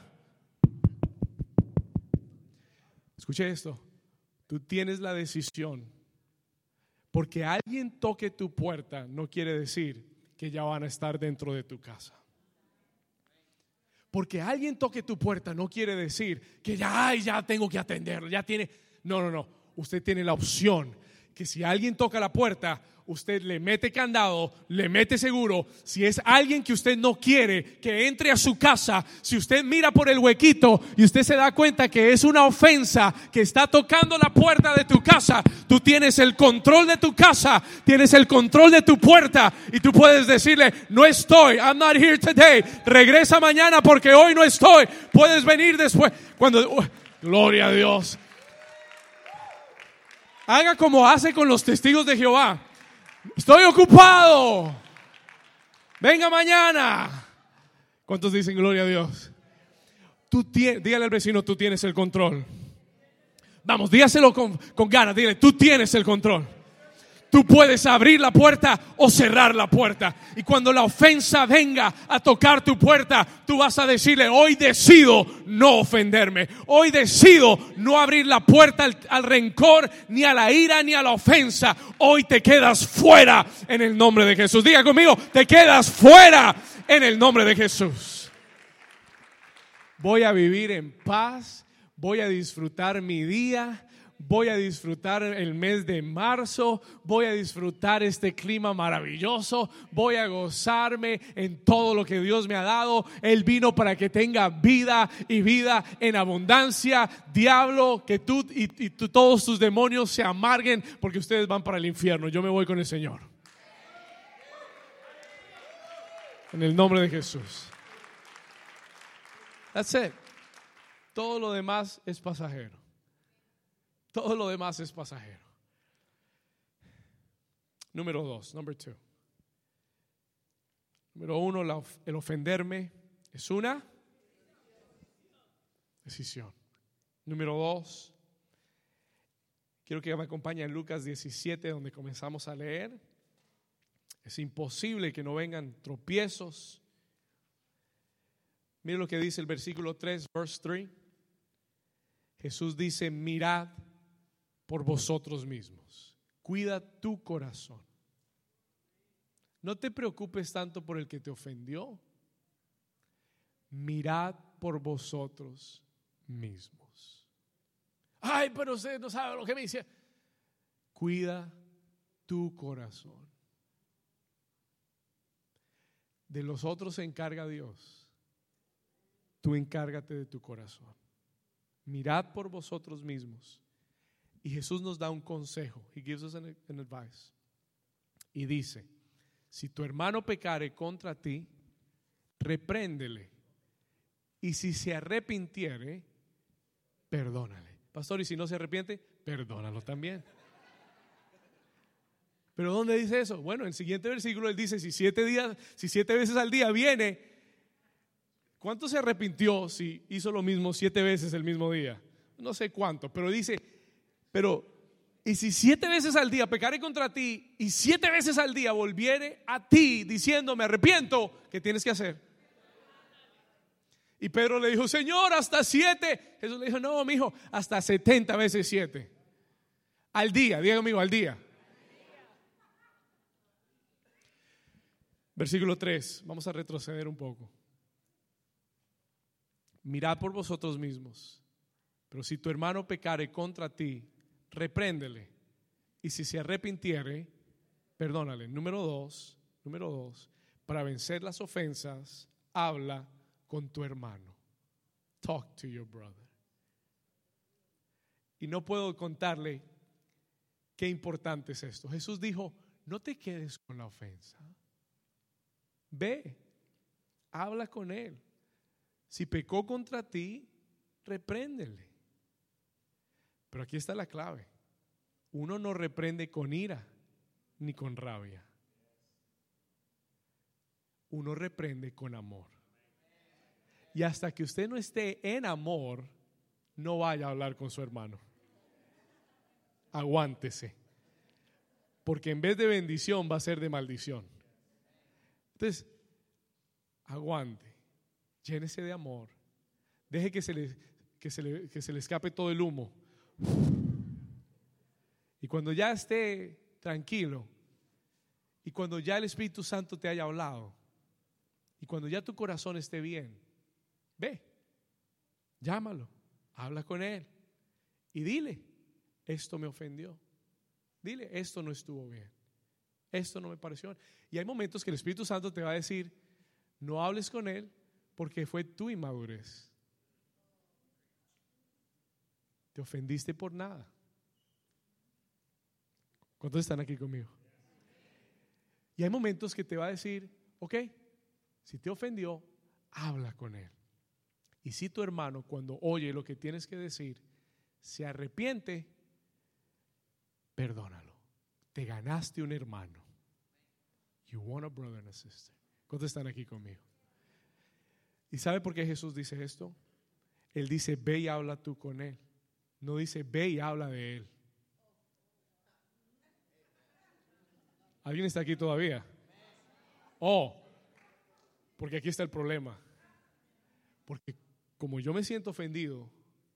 escuche esto, tú tienes la decisión. Porque alguien toque tu puerta no quiere decir que ya van a estar dentro de tu casa. Porque alguien toque tu puerta no quiere decir que ya, ay, ya tengo que atenderlo, ya tiene. No, no, no. Usted tiene la opción que si alguien toca la puerta, usted le mete candado, le mete seguro. Si es alguien que usted no quiere que entre a su casa, si usted mira por el huequito y usted se da cuenta que es una ofensa que está tocando la puerta de tu casa, tú tienes el control de tu casa, tienes el control de tu puerta y tú puedes decirle: no estoy, I'm not here today, regresa mañana porque hoy no estoy, puedes venir después. Cuando, uh, gloria a Dios. Haga como hace con los testigos de Jehová: estoy ocupado, venga mañana. ¿Cuántos dicen gloria a Dios? Tú tienes, dígale al vecino: tú tienes el control. Vamos, dígaselo con, con ganas, dile: tú tienes el control. Tú puedes abrir la puerta o cerrar la puerta. Y cuando la ofensa venga a tocar tu puerta, tú vas a decirle: hoy decido no ofenderme. Hoy decido no abrir la puerta al, al rencor, ni a la ira, ni a la ofensa. Hoy te quedas fuera en el nombre de Jesús. Diga conmigo: te quedas fuera en el nombre de Jesús. Voy a vivir en paz. Voy a disfrutar mi día. Voy a disfrutar el mes de marzo, voy a disfrutar este clima maravilloso, voy a gozarme en todo lo que Dios me ha dado. Él vino para que tenga vida y vida en abundancia. Diablo, que tú y, y tú, todos tus demonios se amarguen porque ustedes van para el infierno. Yo me voy con el Señor. En el nombre de Jesús. That's it. Todo lo demás es pasajero. Todo lo demás es pasajero. Número dos, number two. Número uno, la, el ofenderme es una decisión. Número dos, quiero que me acompañe en Lucas diecisiete, donde comenzamos a leer. Es imposible que no vengan tropiezos. Mire lo que dice el versículo tres, verse tres. Jesús dice: mirad por vosotros mismos. Cuida tu corazón. No te preocupes tanto por el que te ofendió. Mirad por vosotros mismos. Ay, pero usted no sabe lo que me dice. Cuida tu corazón. De los otros se encarga Dios. Tú encárgate de tu corazón. Mirad por vosotros mismos. Y Jesús nos da un consejo. He gives us an, an advice. Y dice: si tu hermano pecare contra ti, repréndele. Y si se arrepintiere, perdónale. Pastor, y si no se arrepiente, perdónalo también. ¿Pero dónde dice eso? Bueno, en el siguiente versículo él dice: si siete días, si siete veces al día viene, ¿cuánto se arrepintió si hizo lo mismo siete veces el mismo día? No sé cuánto, pero dice, pero y si siete veces al día pecare contra ti y siete veces al día volviere a ti diciendo me arrepiento, ¿qué tienes que hacer? Y Pedro le dijo: Señor, hasta siete. Jesús le dijo: no, mijo, hasta setenta veces siete al día. Diga conmigo, al día. Versículo tres, vamos a retroceder un poco. Mirad por vosotros mismos. Pero si tu hermano pecare contra ti, repréndele. Y si se arrepintiere, perdónale. Número dos, número dos, para vencer las ofensas, habla con tu hermano. Talk to your brother. Y no puedo contarle qué importante es esto. Jesús dijo: no te quedes con la ofensa. Ve, habla con él. Si pecó contra ti, repréndele. Pero aquí está la clave. Uno no reprende con ira ni con rabia. Uno reprende con amor. Y hasta que usted no esté en amor, no vaya a hablar con su hermano. Aguántese. Porque en vez de bendición va a ser de maldición. Entonces, aguante. Llénese de amor. Deje que se le, que se le, que se le escape todo el humo. Y cuando ya esté tranquilo, y cuando ya el Espíritu Santo te haya hablado, y cuando ya tu corazón esté bien, ve, llámalo, habla con él y dile: esto me ofendió. Dile: esto no estuvo bien, esto no me pareció. Y hay momentos que el Espíritu Santo te va a decir: no hables con él porque fue tu inmadurez. Te ofendiste por nada. ¿Cuántos están aquí conmigo? Y hay momentos que te va a decir: ok, si te ofendió, habla con él. Y si tu hermano, cuando oye lo que tienes que decir, se arrepiente, perdónalo. Te ganaste un hermano. You want a brother and a sister. ¿Cuántos están aquí conmigo? ¿Y sabe por qué Jesús dice esto? Él dice: ve y habla tú con él. No dice: ve y habla de él. ¿Alguien está aquí todavía? Oh, porque aquí está el problema. Porque como yo me siento ofendido,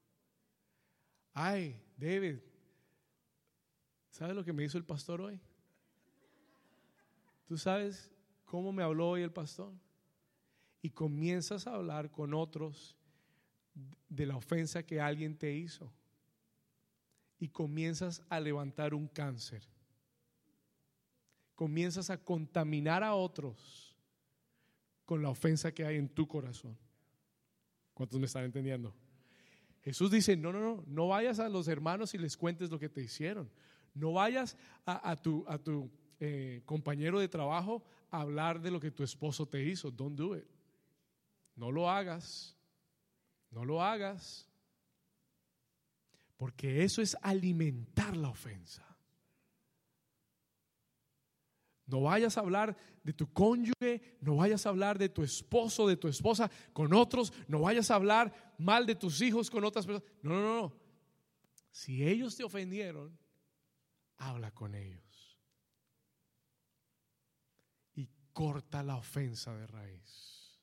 ay, David, ¿sabes lo que me hizo el pastor hoy? ¿Tú sabes cómo me habló hoy el pastor? Y comienzas a hablar con otros de la ofensa que alguien te hizo. Y comienzas a levantar un cáncer. Comienzas a contaminar a otros con la ofensa que hay en tu corazón. ¿Cuántos me están entendiendo? Jesús dice: no, no, no, no vayas a los hermanos y les cuentes lo que te hicieron. No vayas a, a tu, a tu eh, compañero de trabajo a hablar de lo que tu esposo te hizo. Don't do it. No lo hagas. No lo hagas. Porque eso es alimentar la ofensa. No vayas a hablar de tu cónyuge, no vayas a hablar de tu esposo, de tu esposa con otros, no vayas a hablar mal de tus hijos con otras personas. No, no, no. Si ellos te ofendieron, habla con ellos. Y corta la ofensa de raíz.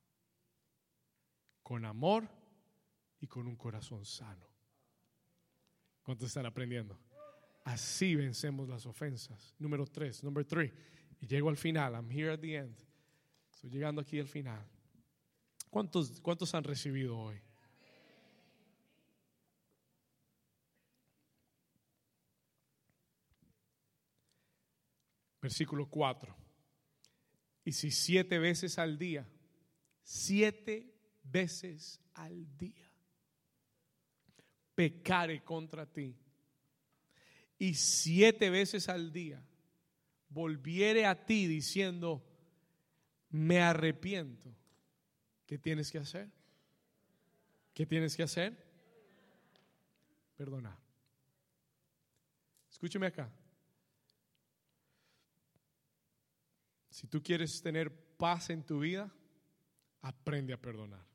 Con amor y con un corazón sano. ¿Cuántos están aprendiendo? Así vencemos las ofensas. Número tres, number three. Y llego al final. I'm here at the end. Estoy llegando aquí al final. ¿Cuántos, cuántos han recibido hoy? Versículo cuatro. Y si siete veces al día, siete veces al día, pecare contra ti, y siete veces al día volviere a ti diciendo, me arrepiento, ¿qué tienes que hacer? ¿Qué tienes que hacer? Perdonar. Escúcheme acá. Si tú quieres tener paz en tu vida, aprende a perdonar.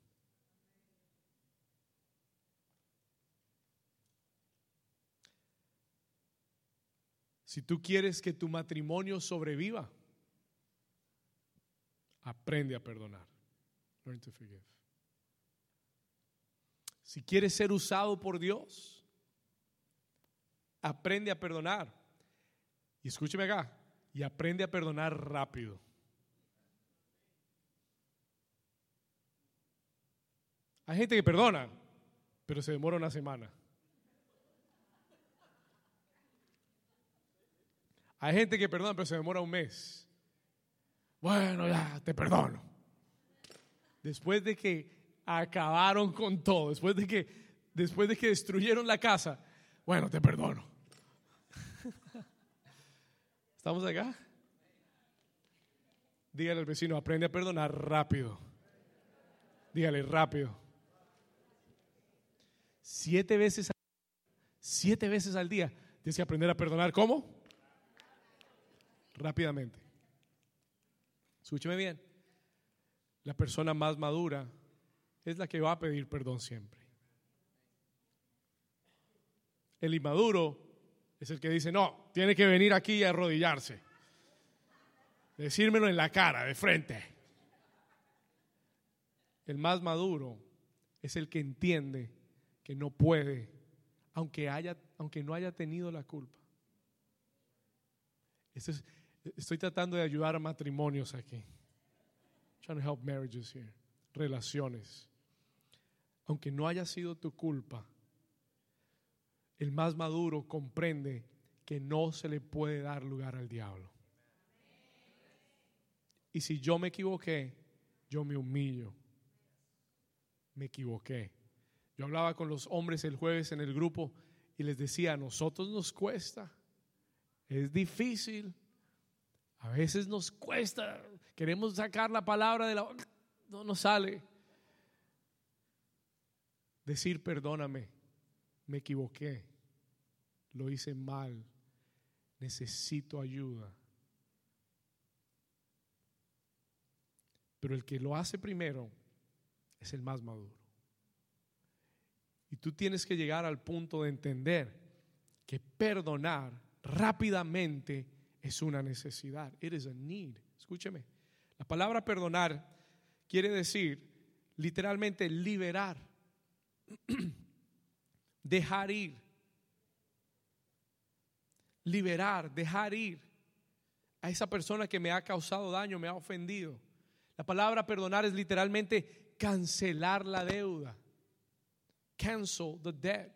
Si tú quieres que tu matrimonio sobreviva, aprende a perdonar. Learn to forgive. Si quieres ser usado por Dios, aprende a perdonar. Y escúcheme acá, y aprende a perdonar rápido. Hay gente que perdona, pero se demora una semana. Hay gente que perdona, pero se demora un mes. Bueno, ya, te perdono. Después de que acabaron con todo, después de que, después de que destruyeron la casa, bueno, te perdono. ¿Estamos acá? Dígale al vecino, aprende a perdonar rápido. Dígale, rápido. Siete veces, siete veces al día tienes que aprender a perdonar. ¿Cómo? Rápidamente. Escúcheme bien. La persona más madura es la que va a pedir perdón siempre. El inmaduro es el que dice, no, tiene que venir aquí y arrodillarse. Decírmelo en la cara, de frente. El más maduro es el que entiende que no puede, aunque haya, aunque no haya tenido la culpa. Esto es, estoy tratando de ayudar a matrimonios aquí. Trying to help marriages here. Relaciones. Aunque no haya sido tu culpa, el más maduro comprende que no se le puede dar lugar al diablo. Y si yo me equivoqué, yo me humillo. Me equivoqué. Yo hablaba con los hombres el jueves en el grupo y les decía, a nosotros nos cuesta, es difícil, a veces nos cuesta, queremos sacar la palabra de la boca, no nos sale. Decir perdóname, me equivoqué, lo hice mal, necesito ayuda. Pero el que lo hace primero es el más maduro. Y tú tienes que llegar al punto de entender que perdonar rápidamente es una necesidad. It is a need. Escúcheme. La palabra perdonar quiere decir literalmente liberar, dejar ir, liberar, dejar ir a esa persona que me ha causado daño, me ha ofendido. La palabra perdonar es literalmente cancelar la deuda. Cancel the debt.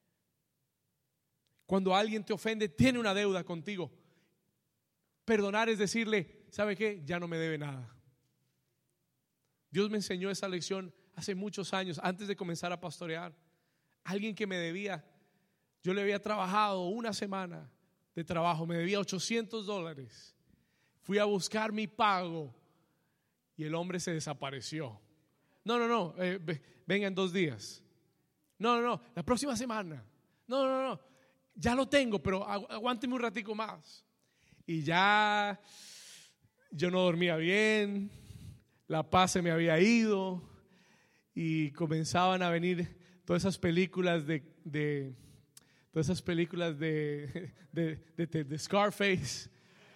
Cuando alguien te ofende, tiene una deuda contigo. Perdonar es decirle, ¿sabe qué? Ya no me debe nada. Dios me enseñó esa lección hace muchos años, antes de comenzar a pastorear. Alguien que me debía, yo le había trabajado una semana de trabajo, me debía ochocientos dólares. Fui a buscar mi pago y el hombre se desapareció. No, no, no, eh, venga en dos días. No, no, no, la próxima semana. No, no, no, ya lo tengo, pero agu- aguánteme un ratico más. Y ya yo no dormía bien, la paz se me había ido y comenzaban a venir todas esas películas de, de todas esas películas de, de, de, de, de Scarface.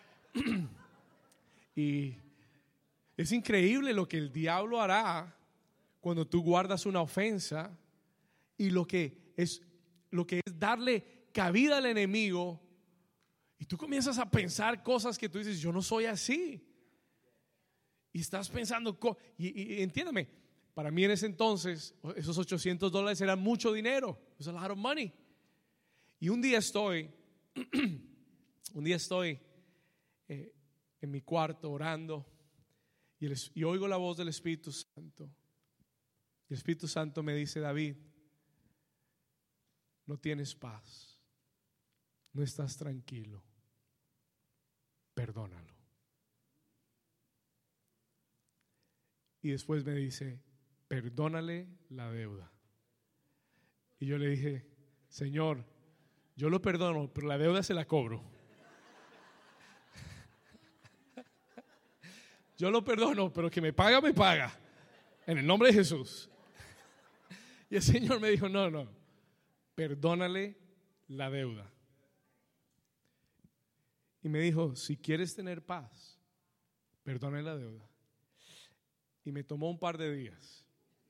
Y es increíble lo que el diablo hará cuando tú guardas una ofensa y lo que es, lo que es darle cabida al enemigo. Y tú comienzas a pensar cosas que tú dices, yo no soy así. Y estás pensando, y, y, y entiéndame, para mí en ese entonces, esos ochocientos dólares eran mucho dinero. It was a lot of money. Y un día estoy, un día estoy eh, en mi cuarto orando y, el, y oigo la voz del Espíritu Santo. Y el Espíritu Santo me dice, David, no tienes paz, no estás tranquilo, perdónalo. Y después me dice, perdónale la deuda. Y yo le dije, Señor, yo lo perdono, pero la deuda se la cobro. Yo lo perdono, pero que me paga, me paga. En el nombre de Jesús. Y el Señor me dijo, no, no, perdónale la deuda. Y me dijo, si quieres tener paz, perdónale la deuda. Y me tomó un par de días.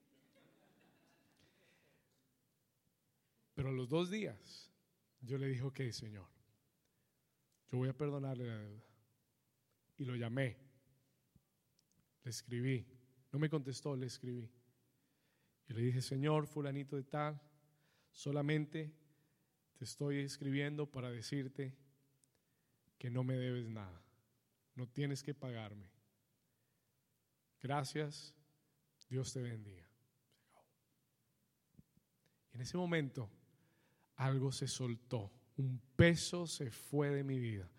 Pero a los dos días, yo le dije, ok, Señor, yo voy a perdonarle la deuda. Y lo llamé, le escribí, no me contestó, le escribí. Y le dije, Señor, fulanito de tal, solamente te estoy escribiendo para decirte que no me debes nada, no tienes que pagarme. Gracias, Dios te bendiga. Y en ese momento algo se soltó, un peso se fue de mi vida.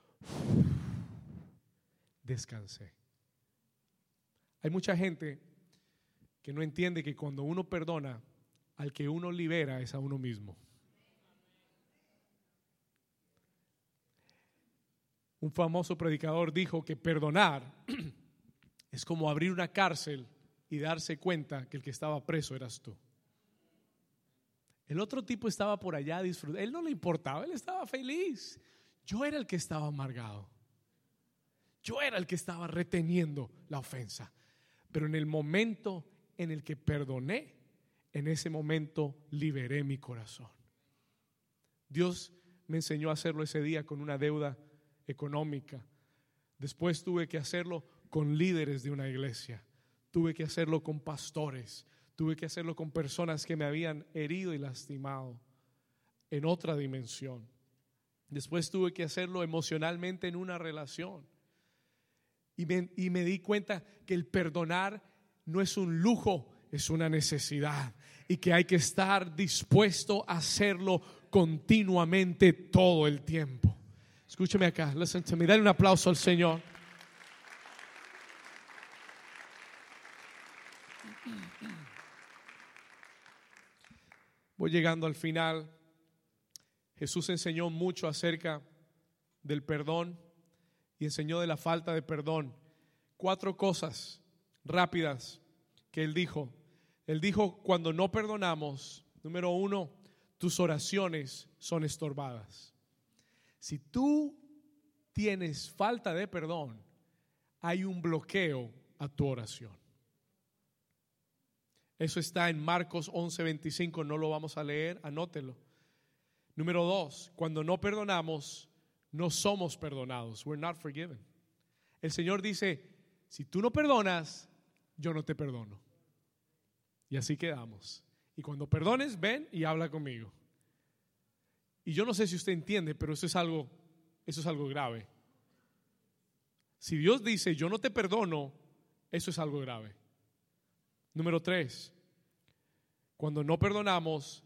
Descansé. Hay mucha gente que no entiende que cuando uno perdona, al que uno libera es a uno mismo. Un famoso predicador dijo que perdonar es como abrir una cárcel y darse cuenta que el que estaba preso eras tú. El otro tipo estaba por allá disfrutando, él no le importaba, él estaba feliz. Yo era el que estaba amargado. Yo era el que estaba reteniendo la ofensa. Pero en el momento en el que perdoné, en ese momento liberé mi corazón. Dios me enseñó a hacerlo ese día con una deuda económica. Después tuve que hacerlo con líderes de una iglesia. Tuve que hacerlo con pastores. Tuve que hacerlo con personas que me habían herido y lastimado en otra dimensión. Después tuve que hacerlo emocionalmente en una relación. Y me, y me di cuenta que el perdonar no es un lujo, es una necesidad. Y que hay que estar dispuesto a hacerlo continuamente todo el tiempo. Escúchame acá, listen to me, dale un aplauso al Señor. Voy llegando al final. Jesús enseñó mucho acerca del perdón y enseñó de la falta de perdón. Cuatro cosas rápidas que Él dijo. Él dijo, cuando no perdonamos, número uno, tus oraciones son estorbadas. Si tú tienes falta de perdón, hay un bloqueo a tu oración. Eso está en Marcos once veinticinco, no lo vamos a leer, anótelo. Número dos, cuando no perdonamos, no somos perdonados. We're not forgiven. El Señor dice, si tú no perdonas, yo no te perdono. Y así quedamos. Y cuando perdones, ven y habla conmigo. Y yo no sé si usted entiende, pero eso es algo, eso es algo grave. Si Dios dice, yo no te perdono, eso es algo grave. Número tres, cuando no perdonamos,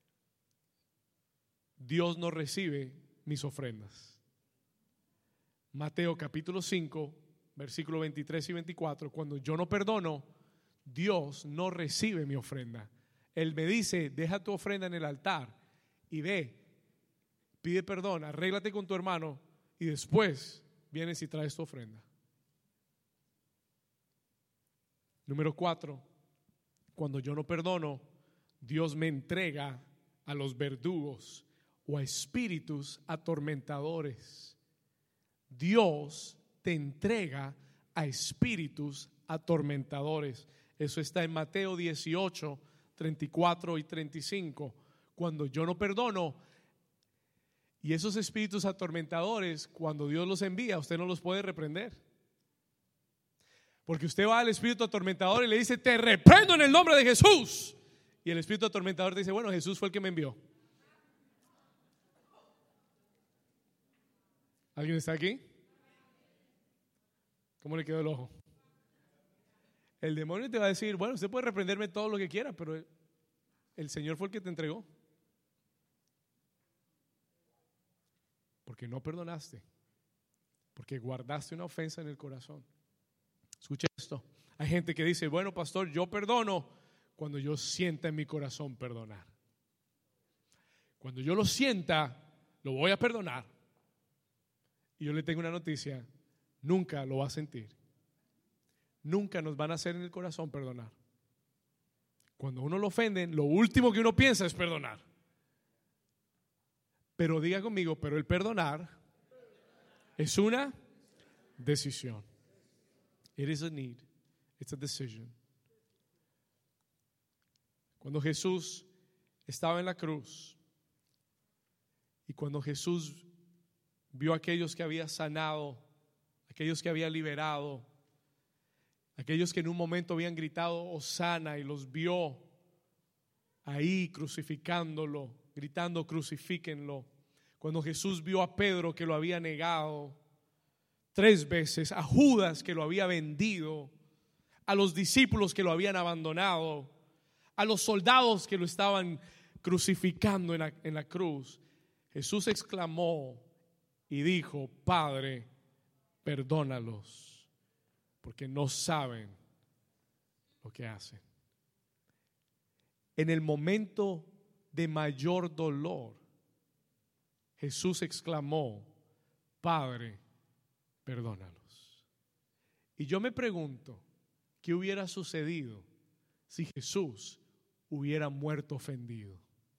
Dios no recibe mis ofrendas. Mateo capítulo cinco, versículos veintitrés y veinticuatro, cuando yo no perdono, Dios no recibe mi ofrenda. Él me dice, deja tu ofrenda en el altar y ve, pide perdón, arréglate con tu hermano y después vienes y traes tu ofrenda. Número cuatro, cuando yo no perdono, Dios me entrega a los verdugos o a espíritus atormentadores. Dios te entrega a espíritus atormentadores. Eso está en Mateo dieciocho, treinta y cuatro y treinta y cinco. Cuando yo no perdono, y esos espíritus atormentadores, cuando Dios los envía, usted no los puede reprender. Porque usted va al espíritu atormentador y le dice: te reprendo en el nombre de Jesús. Y el espíritu atormentador dice: bueno, Jesús fue el que me envió. ¿Alguien está aquí? ¿Cómo le quedó el ojo? El demonio te va a decir: bueno, usted puede reprenderme todo lo que quiera, pero el, el Señor fue el que te entregó. Porque no perdonaste, porque guardaste una ofensa en el corazón. Escuche esto. Hay gente que dice: bueno, pastor, yo perdono cuando yo sienta en mi corazón perdonar. Cuando yo lo sienta, lo voy a perdonar. Y yo le tengo una noticia: nunca lo va a sentir. Nunca nos van a hacer en el corazón perdonar. Cuando uno lo ofenden, lo último que uno piensa es perdonar. Pero diga conmigo, pero el perdonar es una decisión. It is a need. It's a decision. Cuando Jesús estaba en la cruz y cuando Jesús vio a aquellos que había sanado, aquellos que había liberado, aquellos que en un momento habían gritado Hosana, y los vio ahí crucificándolo, gritando crucifíquenlo. Cuando Jesús vio a Pedro que lo había negado tres veces, a Judas que lo había vendido, a los discípulos que lo habían abandonado, a los soldados que lo estaban crucificando en la, en la cruz, Jesús exclamó y dijo: Padre, perdónalos, porque no saben lo que hacen. En el momento de mayor dolor, Jesús exclamó: Padre, perdónalos. Y yo me pregunto, ¿qué hubiera sucedido si Jesús hubiera muerto ofendido?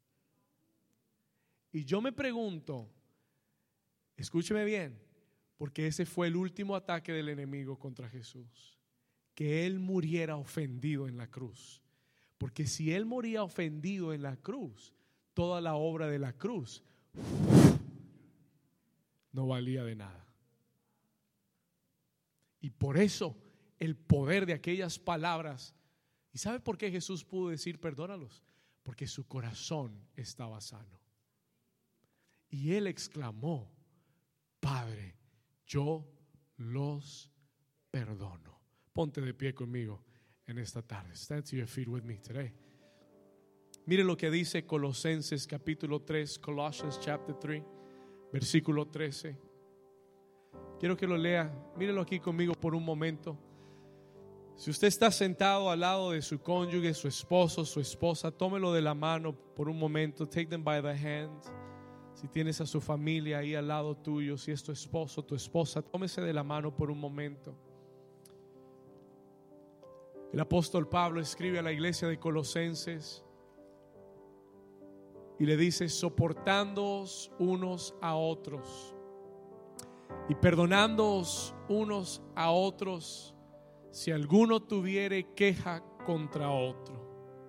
Y yo me pregunto, escúcheme bien, porque ese fue el último ataque del enemigo contra Jesús, que Él muriera ofendido en la cruz. Porque si Él moría ofendido en la cruz, toda la obra de la cruz no valía de nada. Y por eso el poder de aquellas palabras. ¿Y sabe por qué Jesús pudo decir perdónalos? Porque su corazón estaba sano. Y Él exclamó: Padre, yo los perdono. Ponte de pie conmigo en esta tarde. Stand to your feet with me today. Mire lo que dice Colosenses capítulo tres, Colossians chapter three, versículo trece. Quiero que lo lea. Mírelo aquí conmigo por un momento. Si usted está sentado al lado de su cónyuge, su esposo, su esposa, tómelo de la mano por un momento. Take them by the hand. Si tienes a su familia ahí al lado tuyo, si es tu esposo, tu esposa, tómese de la mano por un momento. El apóstol Pablo escribe a la iglesia de Colosenses y le dice: soportándoos unos a otros y perdonándoos unos a otros si alguno tuviere queja contra otro,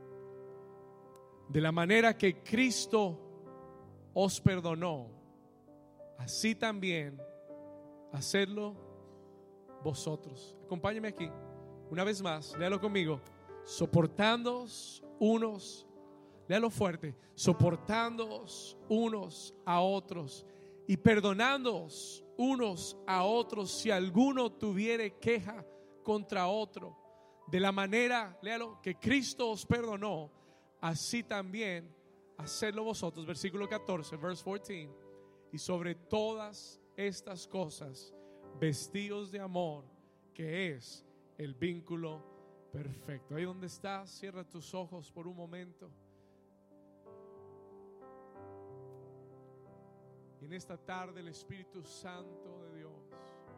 de la manera que Cristo os perdonó, así también hacedlo vosotros. Acompáñame aquí una vez más, léalo conmigo. Soportándoos unos, léalo fuerte, soportándoos unos a otros y perdonándoos unos a otros si alguno tuviere queja contra otro, de la manera, léalo, que Cristo os perdonó, así también hacedlo vosotros. Versículo catorce, verse catorce. Y sobre todas estas cosas vestíos de amor, que es el vínculo perfecto. Ahí donde estás, cierra tus ojos por un momento. Y en esta tarde el Espíritu Santo de Dios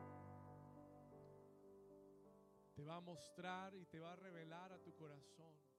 te va a mostrar y te va a revelar a tu corazón